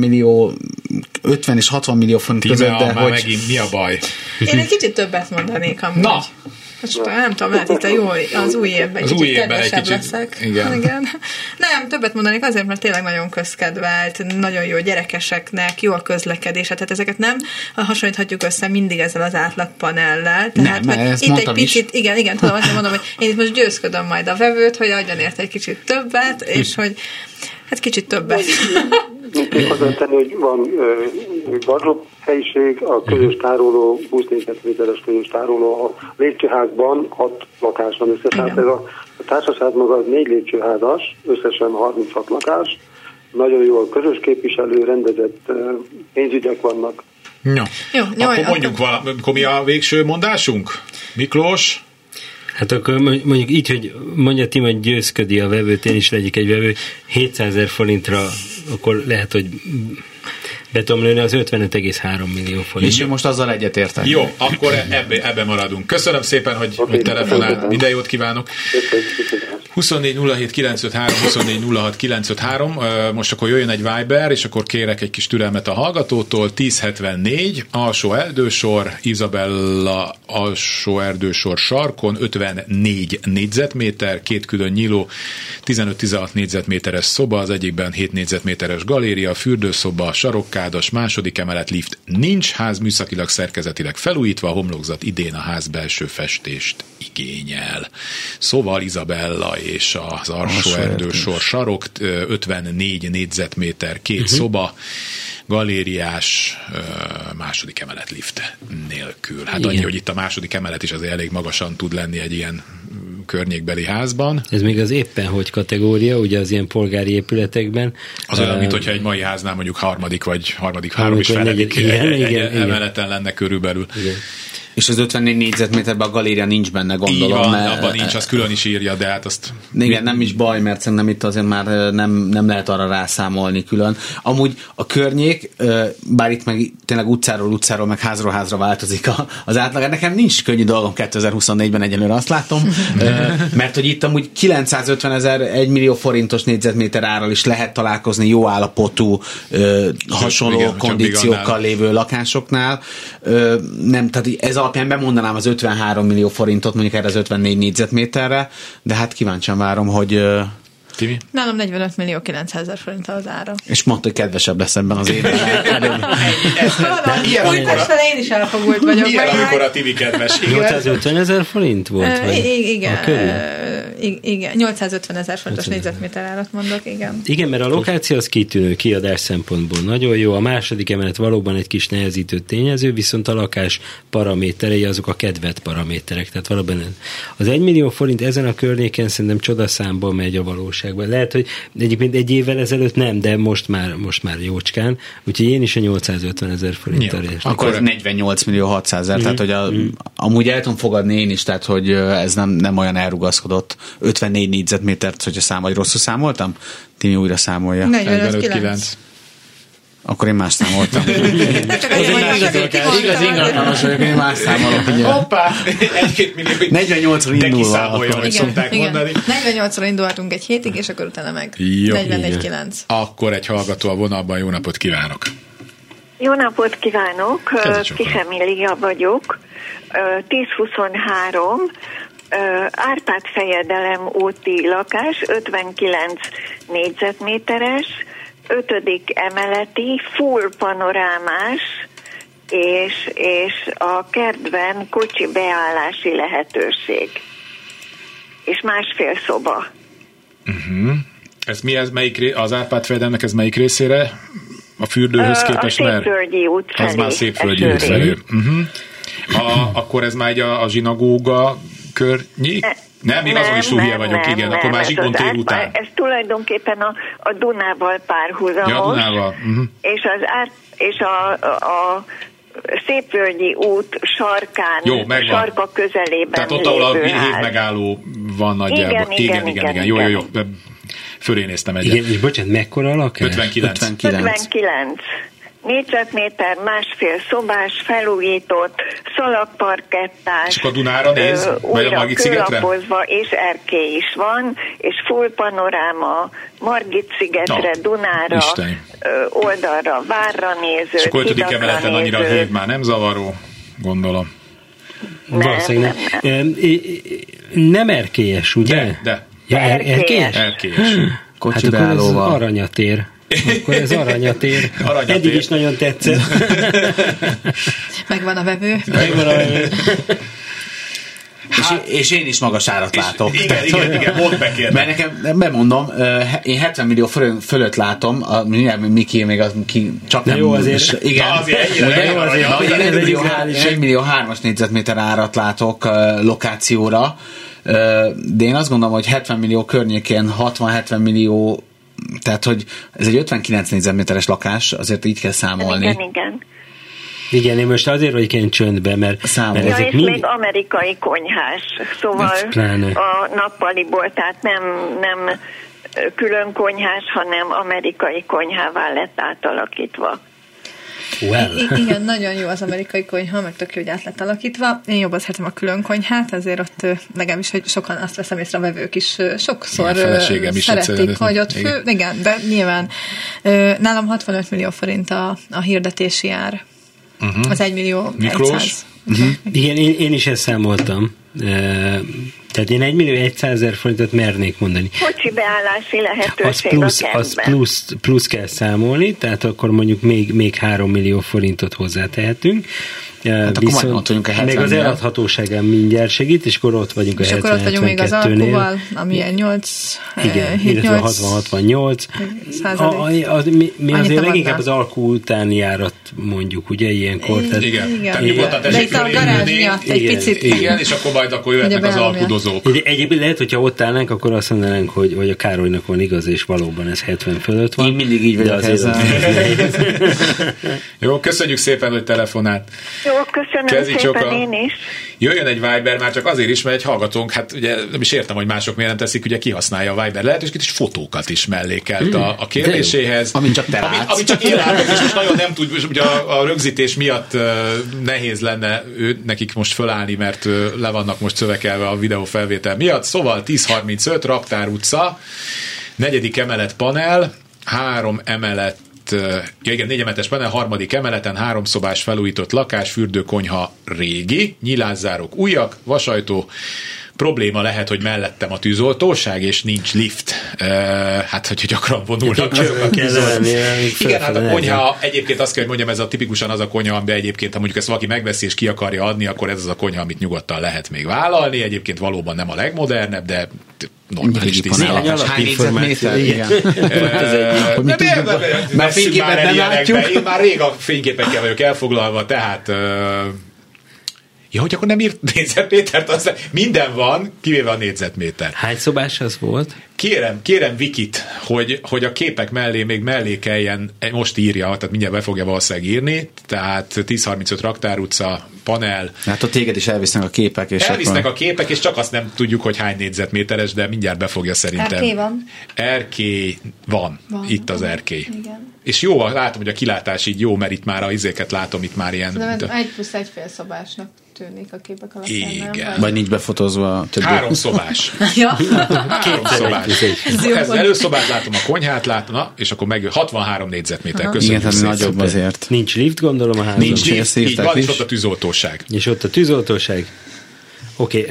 50 és 60 millió forint között, de hogy... Megint mi a baj? Én egy kicsit többet mondanék amúgy. Na! Most nem tudom, lehet itt az új évben egy kicsit kedvesebb leszek. Igen. Nem, többet mondanék azért, mert tényleg nagyon közkedvelt, nagyon jó gyerekeseknek, jó a közlekedés, tehát ezeket nem hasonlíthatjuk össze mindig ezzel az átlagpanellel. Tehát, nem, ezt itt egy picit, is. igen, tudom, azt mondom, hogy én itt most győzködöm majd a vevőt, hogy adjon érte egy kicsit többet, és hogy hát kicsit többet. Még hozzátenni, hogy van gardrób helyiség, a közös tároló, 20 négyzetméteres közös tároló, a lépcsőházban 6 lakás van összesen. Ez a társasház maga az 4 lépcsőházas, összesen 36 lakás. Nagyon jó a közös képviselő, rendezett pénzügyek vannak. Jó, akkor mondjuk akkor mi a végső mondásunk? Miklós? Hát akkor mondjuk így, hogy mondja Tim, hogy győzködi a vevőt, én is legyek egy vevő, 700 000 forintra, akkor lehet, hogy be tudom lőni az 55,3 millió forint. És én most azzal egyetértek. Jó, akkor ebbe maradunk. Köszönöm szépen, hogy telefonál. Minden jót kívánok. 24 07 953, 24 06 953. Most akkor jöjjön egy Viber, és akkor kérek egy kis türelmet a hallgatótól. 1074, alsó erdősor, Izabella alsó erdősor sarkon, 54 négyzetméter, 2 külön nyíló, 15-16 négyzetméteres szoba, az egyikben 7 négyzetméteres galéria, fürdőszoba, sarokkádas, második emelet, lift nincs, ház műszakilag szerkezetileg felújítva, a homlokzat idén a ház belső festést igényel. Szóval Izabella és az alsó erdősor sarok, 54 négyzetméter, 2 szoba, galériás, második emelet lift nélkül. Hát annyi, hogy itt a második emelet is azért elég magasan tud lenni egy ilyen környékbeli házban. Ez még az éppen hogy kategória, ugye az ilyen polgári épületekben. Az olyan, mint hogyha egy mai háznál mondjuk harmadik 3,5 emeleten lenne körülbelül. Igen. És az 54 négyzetméterben a galéria nincs benne, gondolom. Így van, mert abban nincs, az külön is írja, de hát azt... Igen, nem is baj, mert szerintem itt azért már nem lehet arra rászámolni külön. Amúgy a környék, bár itt meg tényleg utcáról, meg házról házra változik az átlag. Nekem nincs könnyű dolgom 2024-ben egyelőre, azt látom, mert hogy itt amúgy 950 000, 1 millió forintos négyzetméter árral is lehet találkozni jó állapotú, hasonló igen, kondíciókkal lévő lakásoknál. Nem, tehát ez alapján bemondanám az 53 millió forintot mondjuk erre az 54 négyzetméterre, de hát kíváncsian várom, hogy... Timi? Nálam 45 millió 900 000 forint az ára. És mondta, hogy kedvesebb lesz ebben az évben. Újpesten én is elfogult vagyok. Milyen, amikor a Timi kedves? 850 000 forint volt? Igen, 850 000 forintos négyzetméter árat mondok, igen. Igen, mert a lokáció az kitűnő, kiadás szempontból nagyon jó. A második emelet valóban egy kis nehezítő tényező, viszont a lakás paraméterei azok a kedvelt paraméterek. Tehát valóban az 1 millió forint ezen a környéken szerintem csodaszámból megy a valóságban. Lehet, hogy egyébként egy évvel ezelőtt nem, de most már jócskán. Úgyhogy én is a 850 000 forinttal értem. Akkor 48 millió 600 000, tehát hogy amúgy el tudom fogadni én is, tehát hogy ez nem olyan elrugaszkodott. 54 négyzetmétert, hogyha vagy rosszul számoltam? Timi újra számolja. 45,9. Akkor én más számoltam. Igaz ingatlanos vagyok, én más számolok. Hoppá! 1-2 millió. 48-ról indulva. De kiszámolja, hogy szokták mondani. 48-ról indulhatunk egy hétig, és akkor utána meg 41,9. Akkor egy hallgató a vonalban, jó napot kívánok! Jó napot kívánok! Kis Emília vagyok. 1023 Árpád fejedelem úti lakás, 59 négyzetméteres, 5. emeleti, full panorámás, és a kertben kocsi beállási lehetőség. És 1,5 szoba. Ez mi ez, az Árpád fejedelmek, ez melyik részére? A fürdőhöz képest? A Szépvölgyi út felé. Az már Szépvölgyi út felé. Akkor ez már a zsinagóga környék? Nem, még azon is túl hülye vagyok, igen. Akkor már Zsigmond tér után. Ez tulajdonképpen a Dunával párhuzamos. Ja, Dunával. És a Szépvölgyi út sarkán, sarka közelében. Tehát ott, ahol a hévmegálló van nagyjából. Igen. Jó. Fölé néztem egyet. Igen, és bocsánat, mekkora a lakás? 59. Négyzetméter, 1,5 szobás, felújított, szalagparkettás. És a Dunára néz? Vagy a Margit szigetre? És erkély is van, és full panoráma, Margit szigetre, Dunára, oldalra, várra néző, és akkor 5. emeleten annyira a hév már nem zavaró, gondolom. Valószínűleg nem erkélyes, ugye? De. Ja, erkélyes? Erkélyes. Kocsi hát akkor ez aranyatér. Akkor ez aranyatér. Eddig is nagyon tetszett. Megvan a vevő. És én is magas árat látok. Igen, mondd be kérlek. Mert nekem, bemondom, én 70 millió fölött látom, Miki még az csak nem... Jó azért. Igen. Azért. 1 millió 3-as négyzetméter árat látok lokációra, de én azt gondolom, hogy 70 millió környékén 60-70 millió, tehát hogy ez egy 59 négyzetméteres lakás, azért így kell számolni. Igen, én most azért vagyok én csöndben, mert ezek és még amerikai konyhás, szóval a nappaliból, tehát nem külön konyhás, hanem amerikai konyhává lett átalakítva. Igen, nagyon jó az amerikai konyha, meg tök jó, hogy át lett alakítva. Én jobban szeretem a külön konyhát, azért ott legalábbis, hogy sokan azt veszem észre, a vevők is sokszor szeretik, hogy ott igen, de nyilván nálam 65 millió forint a hirdetési ár. Az 1 millió 100. Igen, én is ezt számoltam. Tehát én 1 millió 100 000 forintot mernék mondani. Kocsi beállási lehetőség az plusz kell számolni, tehát akkor mondjuk még 3 millió forintot hozzátehetünk. Hát viszont meg az eladhatóságán mindjárt segít, és akkor ott vagyunk a 70-72-nél. És akkor ott vagyunk még az alkuval, ami 8... Igen, 60-68. Mi azért leginkább az alkú utáni járat mondjuk, ugye, ilyenkor. Igen. De itt a garázs miatt egy picit. Igen, és akkor jöhetnek az alkudozók. Egyébként lehet, hogyha ott állnánk, akkor azt mondanánk, hogy a Károlynak van igaz, és valóban ez 70 fölött van. Én mindig így vagyok ezzel. Jó, köszönjük szépen, hogy telefonált. Jó, köszönöm szépen én is. Jöjjön egy Viber, már csak azért is, mert egy hallgatónk, hát ugye nem is értem, hogy mások miért nem teszik, ugye kihasználja a Viber lehetőséget, és fotókat is mellékelt a kérdéséhez. Amit csak te látsz. Amit csak én látok, és most nagyon nem tud, ugye a rögzítés miatt nehéz lenne nekik most fölállni, mert le vannak most szövekelve a videófelvétel miatt. Szóval 1035 Raktár utca, 4. emelet panel, 3 emelet, 4 emeletes panel, 3. emeleten 3 szobás felújított lakás, fürdőkonyha régi, nyilázzárok újak, vasajtó. Probléma lehet, hogy mellettem a tűzoltóság, és nincs lift. Hát, hogyha gyakran vonulnak azok a tűzoltók. Igen, hát a konyha, egyébként azt kell, hogy mondjam, ez tipikusan az a konyha, amiben egyébként, ha mondjuk ezt valaki megveszi és ki akarja adni, akkor ez az a konyha, amit nyugodtan lehet még vállalni. Egyébként valóban nem a legmodernebb, de normális tisztalatos. Hány négyzetméter? Igen. Mert fényképet nem látjuk. Én már rég a fényképekkel vagyok elfoglalva, tehát... Ja, hogy akkor nem írt négyzetmétert, aztán minden van, kivéve a négyzetméter. Hány szobás az volt? Kérem Vikit, hogy a képek mellé még mellékeljen, most írja, tehát mindjárt be fogja valószínűleg írni, tehát 1035 Raktár utca, panel. Hát ott téged is elvisznek a képek. És elvisznek a képek, és csak azt nem tudjuk, hogy hány négyzetméteres, de mindjárt be fogja szerintem. Erkély van. Erkély van. Itt az erkély. Igen. És jó, látom, hogy a kilátás így jó, mert itt már az izéket látom, itt már ilyen... De 1+1 szobásnak tűnik a képek alapján. Igen. Vagy nincs befotózva. 3 szobás. Ja. 3 szobás. Ez előszobát látom, a konyhát látom, és akkor meg 63 négyzetméter. Köszönjük szépen. Igen, nagyobb azért. Nincs lift, gondolom a házon. Nincs lift, így van, és ott a tűzoltóság. És ott a tűzoltóság. Oké,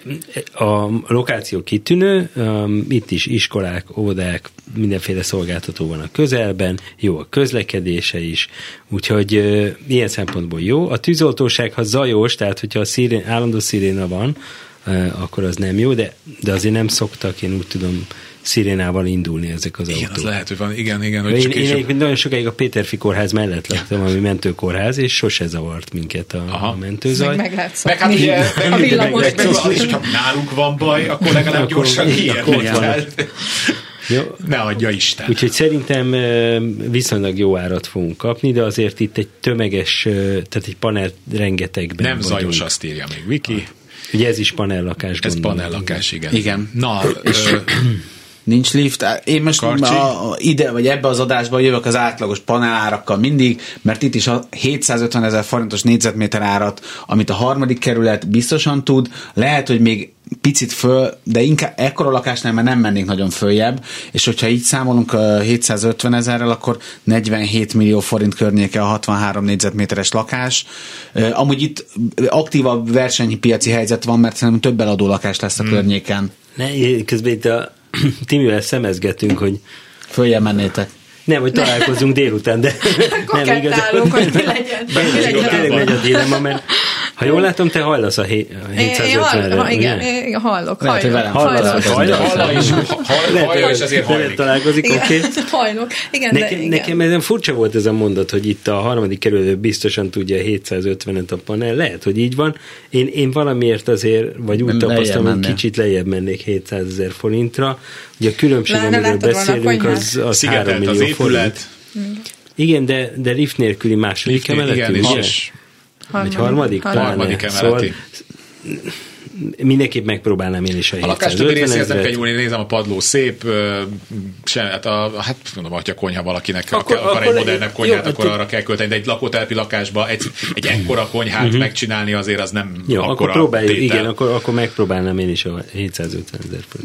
a lokáció kitűnő, itt is iskolák, óvodák, mindenféle szolgáltató van a közelben, jó a közlekedése is, úgyhogy ilyen szempontból jó. A tűzoltóság, ha zajos, tehát hogyha állandó sziréna van, akkor az nem jó, de azért nem szoktak, én úgy tudom, szirénával indulni ezek az autók. Igen, az lehet, hogy van. Igen. Én nagyon sokáig a Péterfi kórház mellett laktam, ami mentőkórház, és sose zavart minket a mentőzaj. Meg lehet szokni. Meg hát ugye, a villamos. És ha nálunk van baj, akkor legalább gyorsan kiérnek. Ne adja Isten. Úgyhogy szerintem viszonylag jó árat fogunk kapni, de azért itt egy tömeges, tehát egy panel rengetegben nem vagyunk. Zajos, azt írja még Viki. Ugye ez is panellakás. Ez panellakás, igen. Igen. Na, nincs lift. Én most ide, vagy ebbe az adásba jövök az átlagos panelárakkal mindig, mert itt is a 750 000 forintos négyzetméter árat, amit a 3. kerület biztosan tud, lehet, hogy még picit föl, de inkább ekkora lakásnál már nem mennénk nagyon följebb, és hogyha így számolunk 750 000-rel, akkor 47 millió forint környéke a 63 négyzetméteres lakás. Amúgy itt aktívabb versenypiaci helyzet van, mert szerintem több eladó lakás lesz a környéken. Közben itt a Timivel szemezgetünk, hogy följebb mennétek. Nem, hogy találkozunk délután, de nem igaz. Hogy mi legyen. Tényleg nagy a dilemma, mert ha jól látom, te hajlasz a 750-re. Igen, hallok. Hajla és azért hajlik. Találkozik, oké. Hajlok. Nekem ezen furcsa volt ez a mondat, hogy itt a 3. kerülő biztosan tudja 750-et a panel. Lehet, hogy így van. Én valamiért azért, vagy úgy tapasztalom, hogy kicsit lejjebb mennék 700 000 forintra. Ugye a különbség, amiről beszélünk, az 3 millió forint. Igen, de lift nélküli második emeletű, ugye? Vagy harmadik emeleti. Szóval mindenképp megpróbálnám én is a 750 000-et. A lakás többi részéhez nem kell nyúlni, nézem, a padló szép, hát mondom, hogy a konyha valakinek akar egy modernebb konyhát, akkor arra kell költeni, de egy lakótelepi lakásba egy ekkora konyhát megcsinálni azért az nem jó, akkora akkor próbáljuk, tétel. Igen, akkor megpróbálnám én is a 750 000 forint.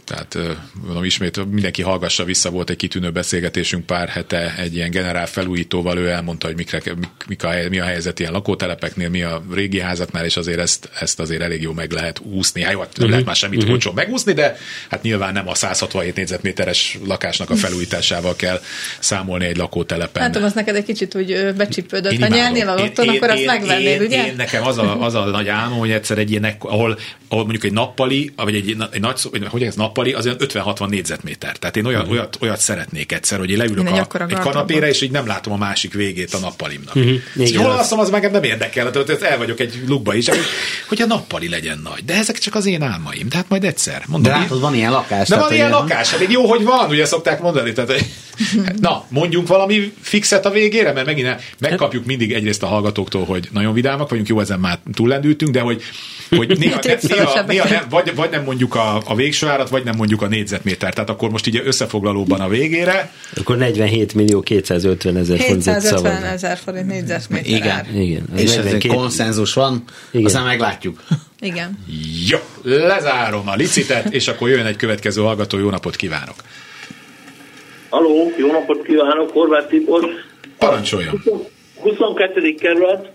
Tehát mondom, ismét mindenki hallgassa vissza, volt egy kitűnő beszélgetésünk pár hete egy ilyen generál felújítóval, ő elmondta, hogy mi a helyzet ilyen lakótelepeknél, mi a régi házaknál, és azért ezt azért elég jó meg lehet úszni. Hát jó, nem lehet már semmit olcsón megúszni, de hát nyilván nem a 167 négyzetméteres lakásnak a felújításával kell számolni egy lakótelepen. Hát az neked egy kicsit úgy becsípődött, ha nyernél a lotton, akkor azt megvennéd, ugye? Én nekem az a nagy álmom, hogy egyszer egy ilyen, ahol mondjuk egy nappali, vagy egy nagy, hogy ez nappali, az olyan 50-60 négyzetméter. Tehát én olyat szeretnék egyszer, hogy én leülök egy kanapére, és így nem látom a másik végét a nappalimnak. Hol alszom, az meg nem érdekel, tehát el vagyok egy lukba is, hogy a nappali legyen nagy. De ezek csak az én álmaim. Tehát majd egyszer. Mondom, de látod, van ilyen lakás. De van ilyen lakás, hát jó, hogy van, ugye szokták mondani. Tehát, na, mondjunk valami fixet a végére, mert megint megkapjuk mindig egyrészt a hallgatóktól, hogy nagyon vidámak vagyunk, jó, ezen már túllendültünk, de hogy néha nem, vagy nem mondjuk a végső árat, vagy nem mondjuk a négyzetméter. Tehát akkor most így összefoglalóban a végére. Akkor 47.250.000 forint. 750.000 forint négyzetméter. Igen. És ez egy konszenzus van, aztán meglátjuk. Igen. Jó, lezárom a licitet, és akkor jön egy következő hallgató. Jó napot kívánok! Aló, jó napot kívánok, Horváth Tibor. Parancsoljon! 22. kerület,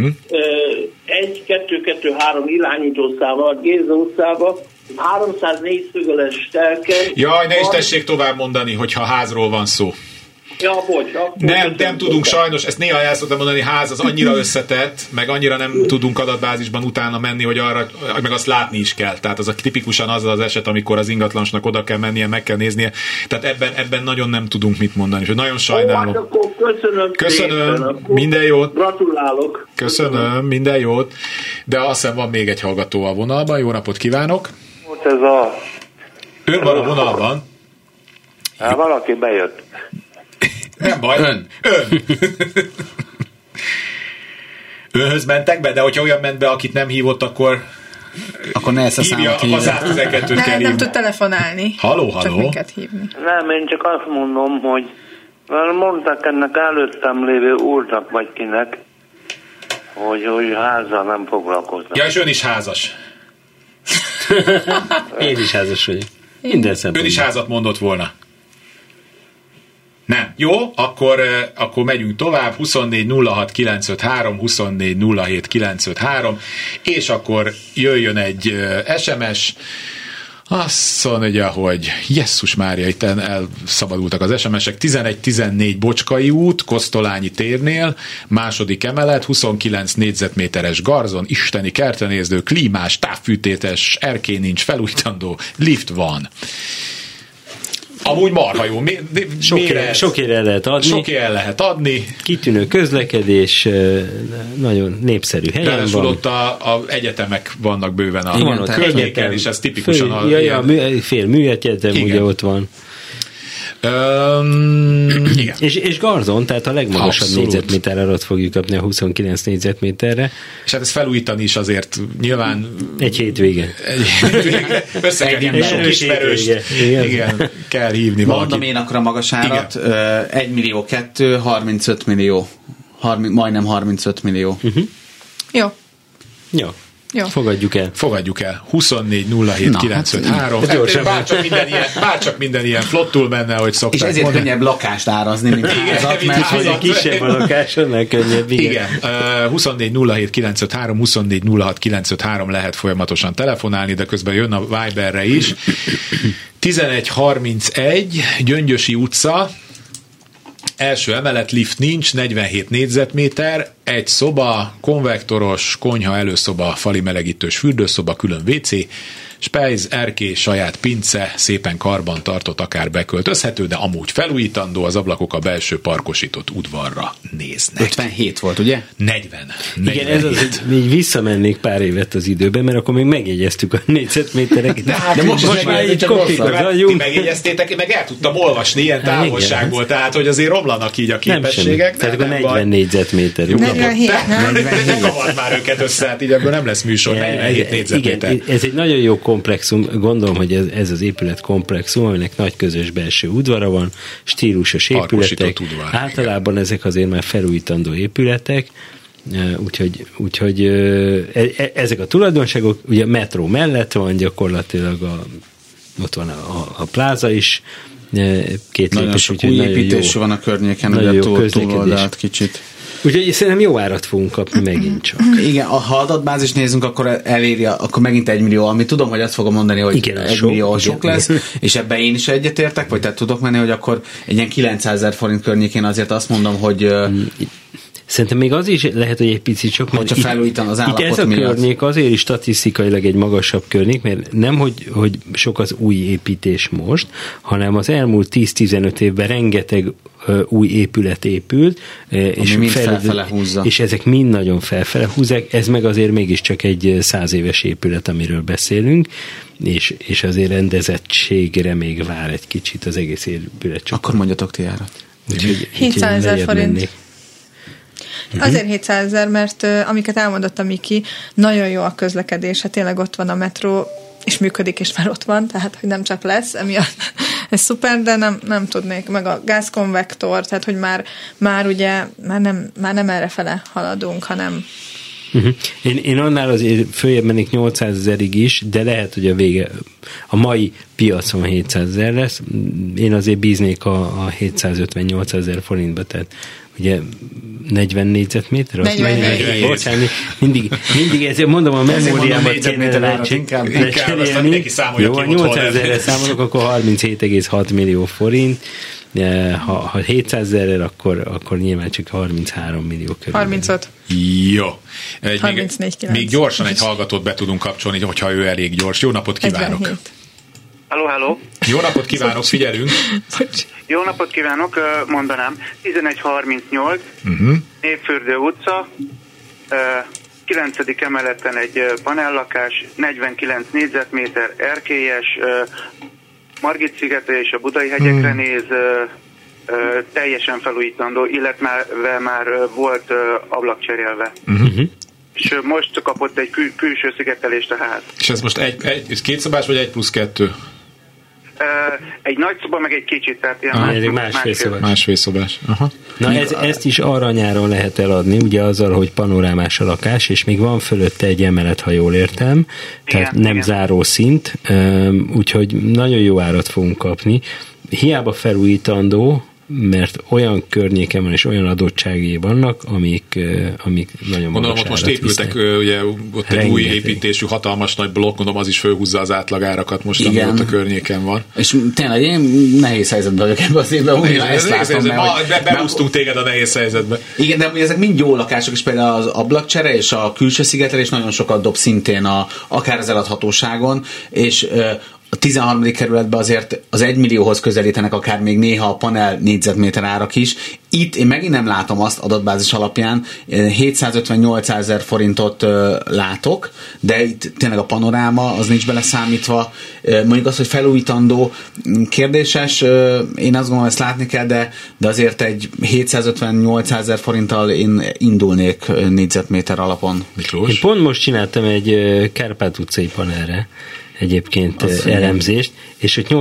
1-2-2-3 irányítószával, Géza utcába, 304 szögöles telke. Jaj, ne is tessék tovább mondani, hogyha házról van szó. Ja, bocs. Nem tudunk sajnos, ezt néha el szoktam mondani, ház az annyira összetett, meg annyira nem tudunk adatbázisban utána menni, hogy arra, meg azt látni is kell. Tehát az tipikusan az eset, amikor az ingatlanosnak oda kell mennie, meg kell néznie. Tehát ebben nagyon nem tudunk mit mondani. És nagyon sajnálom. Hát akkor köszönöm. Minden jót. Gratulálok. Köszönöm, minden jót. De azt hiszem van még egy hallgató a vonalban. Jó napot kívánok. Ön van a vonalban. Hát valaki bejött. Nem baj. Ön. Önhöz mentek be, de hogyha olyan ment be, akit nem hívott, akkor ne ezt a számot hívja. Nem tud telefonálni. Halló. Csak minket hívni. Nem, én csak azt mondom, hogy mondták ennek előttem lévő úrnak vagy kinek, hogy házzal nem foglalkoznak. Ja, és ön is házas. Én is házas vagyok. Minden szempontból. Ön is házat mondott volna. Nem. Jó, akkor megyünk tovább. 24 06 953, 24 07 953, és akkor jöjjön egy SMS. Azt mondja, hogy Jesszus Mária, itt elszabadultak az SMS-ek. 11-14 Bocskai út, Kosztolányi térnél, második emelet, 29 négyzetméteres garzon, isteni kertenéző, klímás, távfűtétes, erkély nincs, felújítandó, lift van. Amúgy marha jó. Sok el lehet adni. Kitűnő közlekedés, nagyon népszerű helyen van. Ott a egyetemek vannak bőven a környéken, és ez tipikusan fél műegyetem ugye ott van. Igen. És garzon, tehát a legmagasabb négyzetméter arat fogjuk kapni a 29 négyzetméterre. És hát ezt felújítani is azért nyilván egy hétvége. Össze kell hívni sok ismerőst. Igen, kell hívni valakit. Mondom én akkor a magas árat. 1 millió 2, 35 millió. Majdnem 35 millió. Jó. Fogadjuk el. 24 07 953. Bárcsak minden ilyen flottul menne, hogy szokták. És ezért könnyebb lakást árazni, mint házat, mert hogy kisebb a lakás, annál könnyebb. Igen. 24 07 953, 24 06 953 lehet folyamatosan telefonálni, de közben jön a Viberre is. 1131 Gyöngyösi utca, első emelet, lift nincs, 47 négyzetméter, egy szoba, konvektoros, konyha, előszoba, fali melegítős fürdőszoba, külön WC, spejz, erkély, saját pince, szépen karban tartott, akár beköltözhető, de amúgy felújítandó, az ablakok a belső parkosított udvarra néznek. 57 volt, ugye? 40. Igen, ez az, még visszamennék pár évet az időben, mert akkor még megjegyeztük a négyzetmétereket. De most már egy ti megjegyeztétek, meg el tudtam olvasni ilyen távolságból, tehát hogy azért romlanak így a képességek. Tehát akkor 40 négyzetméter. 47. Ne kavard már őket össze, hát így ebből nem lesz műsor, 47 négyzetméter. Igen, ez egy nagyon jó komplexum, gondolom, hogy ez az épület komplexum, aminek nagy közös belső udvara van, stílusos épületek. Általában ezek azért már felújítandó épületek, úgyhogy ezek a tulajdonságok, ugye a metró mellett van gyakorlatilag ott van a pláza is, két nagyon lépés, sok új építés van a környéken, ugye túloldalt kicsit. Úgyhogy szerintem jó árat fogunk kapni megint csak. Igen, ha adatbázis nézzünk, akkor eléri, akkor megint 1 millió, ami tudom, hogy azt fogom mondani, hogy igen, 1 millió sok lesz, és ebben én is egyetértek, vagy tehát tudok menni, hogy akkor egy ilyen 900 000 forint környékén azért azt mondom, hogy szerintem még az is lehet, hogy egy picit sok, mert felújítan az állapot ez a környék azért is statisztikailag egy magasabb környék, mert nem, hogy sok az új építés most, hanem az elmúlt 10-15 évben rengeteg új épület épült, és felfele húzza. És ezek mind nagyon felfele húzzák, ez meg azért mégiscsak egy 100 éves épület, amiről beszélünk, és azért rendezettségre még vár egy kicsit az egész épület. Akkor mondjatok ti árat. 700 000 forint. Azért 700 000, mert amiket elmondott a Miki, nagyon jó a közlekedés, hát tényleg ott van a metró, és működik, és már ott van, tehát hogy nem csak lesz, emiatt ez szuper, de nem tudnék, meg a gázkonvektor, tehát hogy már ugye már nem errefele haladunk, hanem Én annál azért följebb mennék 800 000-ig is, de lehet, hogy a vége a mai piacon 700 000 lesz. Én azért bíznék a 750-800 000 forintba, tehát ugye 40 négyzetméter? 40. Bocsánat, mindig ezért mondom, a memóriámat kéne lecserélni. Jó, ha 800 000-re számolok, akkor 37,6 millió forint. Ha 700 000-re, akkor nyilván csak 33 millió körül. 35. Jó. Még gyorsan egy hallgatót be tudunk kapcsolni, hogyha ő elég gyors. Jó napot kívánok! Halló. Jó napot kívánok, figyelünk! Jó napot kívánok, mondanám. 1138, Népfürdő utca, 9. emeleten egy panellakás, 49 négyzetméter, erkélyes, Margit-szigetre és a Budai hegyekre néz, teljesen felújítandó, illetve már volt ablakcserélve. És most kapott egy külső szigetelést a ház. És ez most egy két szobás, vagy 1+2? Egy nagy szoba, meg egy kicsit, tehát ilyen másfél szobás. Aha. Na ezt is aranyáron lehet eladni, ugye azzal, hogy panorámás a lakás, és még van fölötte egy emelet, ha jól értem, tehát nem záró szint, úgyhogy nagyon jó árat fogunk kapni. Hiába felújítandó, mert olyan környéken van és olyan adottságai vannak, amik nagyon Gondolom, ott most épültek, ugye ott egy új építésű, hatalmas nagy blokk, mondom, az is fölhúzza az átlagárakat most, ami ott a környéken van. És tényleg én nehéz helyzetben vagyok ebben az évben, behúztunk téged a nehéz helyzetbe. Igen, de ezek mind jó lakások, és például az ablakcsere és a külső szigetelés nagyon sokat dob szintén akár az eladhatóságon, és a 13. kerületben azért az 1 millióhoz közelítenek akár még néha a panel négyzetméter árak is. Itt én megint nem látom azt adatbázis alapján, 750-800 000 forintot látok, de itt tényleg a panoráma, az nincs beleszámítva. Mondjuk az, hogy felújítandó kérdéses, én azt gondolom, ezt látni kell, de azért egy 750-800 000 forinttal én indulnék négyzetméter alapon. Miklós? Én pont most csináltam egy Kárpát utcai panelre egyébként elemzést, és hogy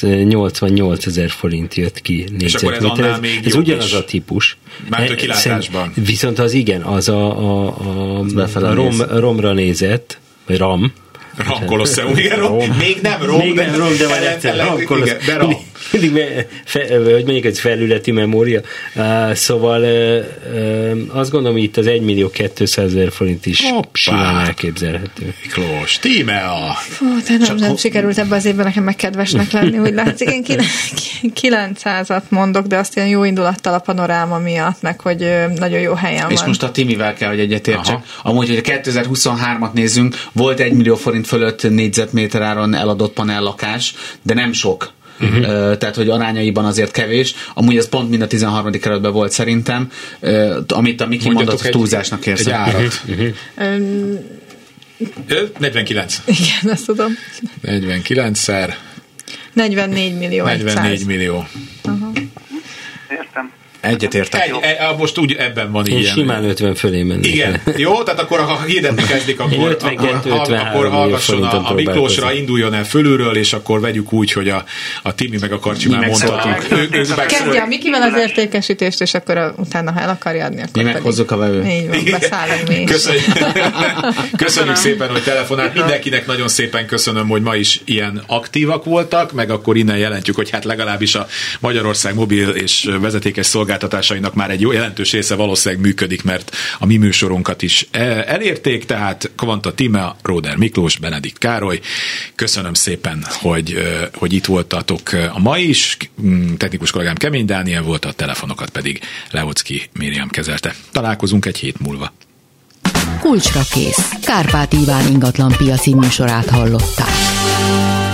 888 000 forint jött ki négyzetméter. Ez ugyanaz a típus. Már kilátásban. Viszont az igen, az a romra nézett, vagy ram. Ram Kolosseum, igen, még nem rom, de van egyszer ram Kolosseum. Mindig, hogy mondjuk ez felületi memória. Szóval azt gondolom, hogy itt az 1.200.000 forint is simán elképzelhető. Miklós, tímea! Nem sikerült ebben az évben nekem megkedvesnek lenni, úgy látszik. Én 900-at mondok, de azt ilyen jó indulattal a panoráma miatt, meg hogy nagyon jó helyen van. És most a Timivel kell, hogy egyetértsek. Amúgy, hogy a 2023-at nézzünk, volt 1 millió forint fölött négyzetméter áron eladott panellakás, de nem sok. Tehát, hogy arányaiban azért kevés. Amúgy ez pont mind a 13. kerületben volt szerintem. Amit a Miki mondott, az túlzásnak érzem. Egy árat. 49. Igen, ezt tudom. 49-szer. 44 millió. 44 millió. Értem. Egyetértek. Most úgy ebben van ilyen. Simán 50 fölé mennék. Igen. Jó, tehát akkor ha hirdetni kezdik, akkor hallgasson a Miklósra, induljon el fölülről, és akkor vegyük úgy, hogy a Timi meg a Karcsi már mondhatunk. Kezdje a Mikivel az értékesítést, és akkor utána, ha el akarja adni, akkor mi meghozzuk a vevő. Így van, beszállunk mi is. Köszönjük szépen, hogy telefonált. Mindenkinek nagyon szépen köszönöm, hogy ma is ilyen aktívak voltak, meg akkor innen jelentjük, hogy hát legalábbis a Magyarország mobil és vezetékes szolgáltatásainak már egy jó jelentős része valószínűleg működik, mert a mi műsorunkat is elérték, tehát Kvanta Tíme, Róder Miklós, Benedikt Károly. Köszönöm szépen, hogy itt voltatok a ma is. Technikus kollégám Kemény Dániel volt, a telefonokat pedig Leocki Miriam kezelte. Találkozunk egy hét múlva. Kulcsra kész. Kárpát Iván ingatlan piaci műsorát hallották.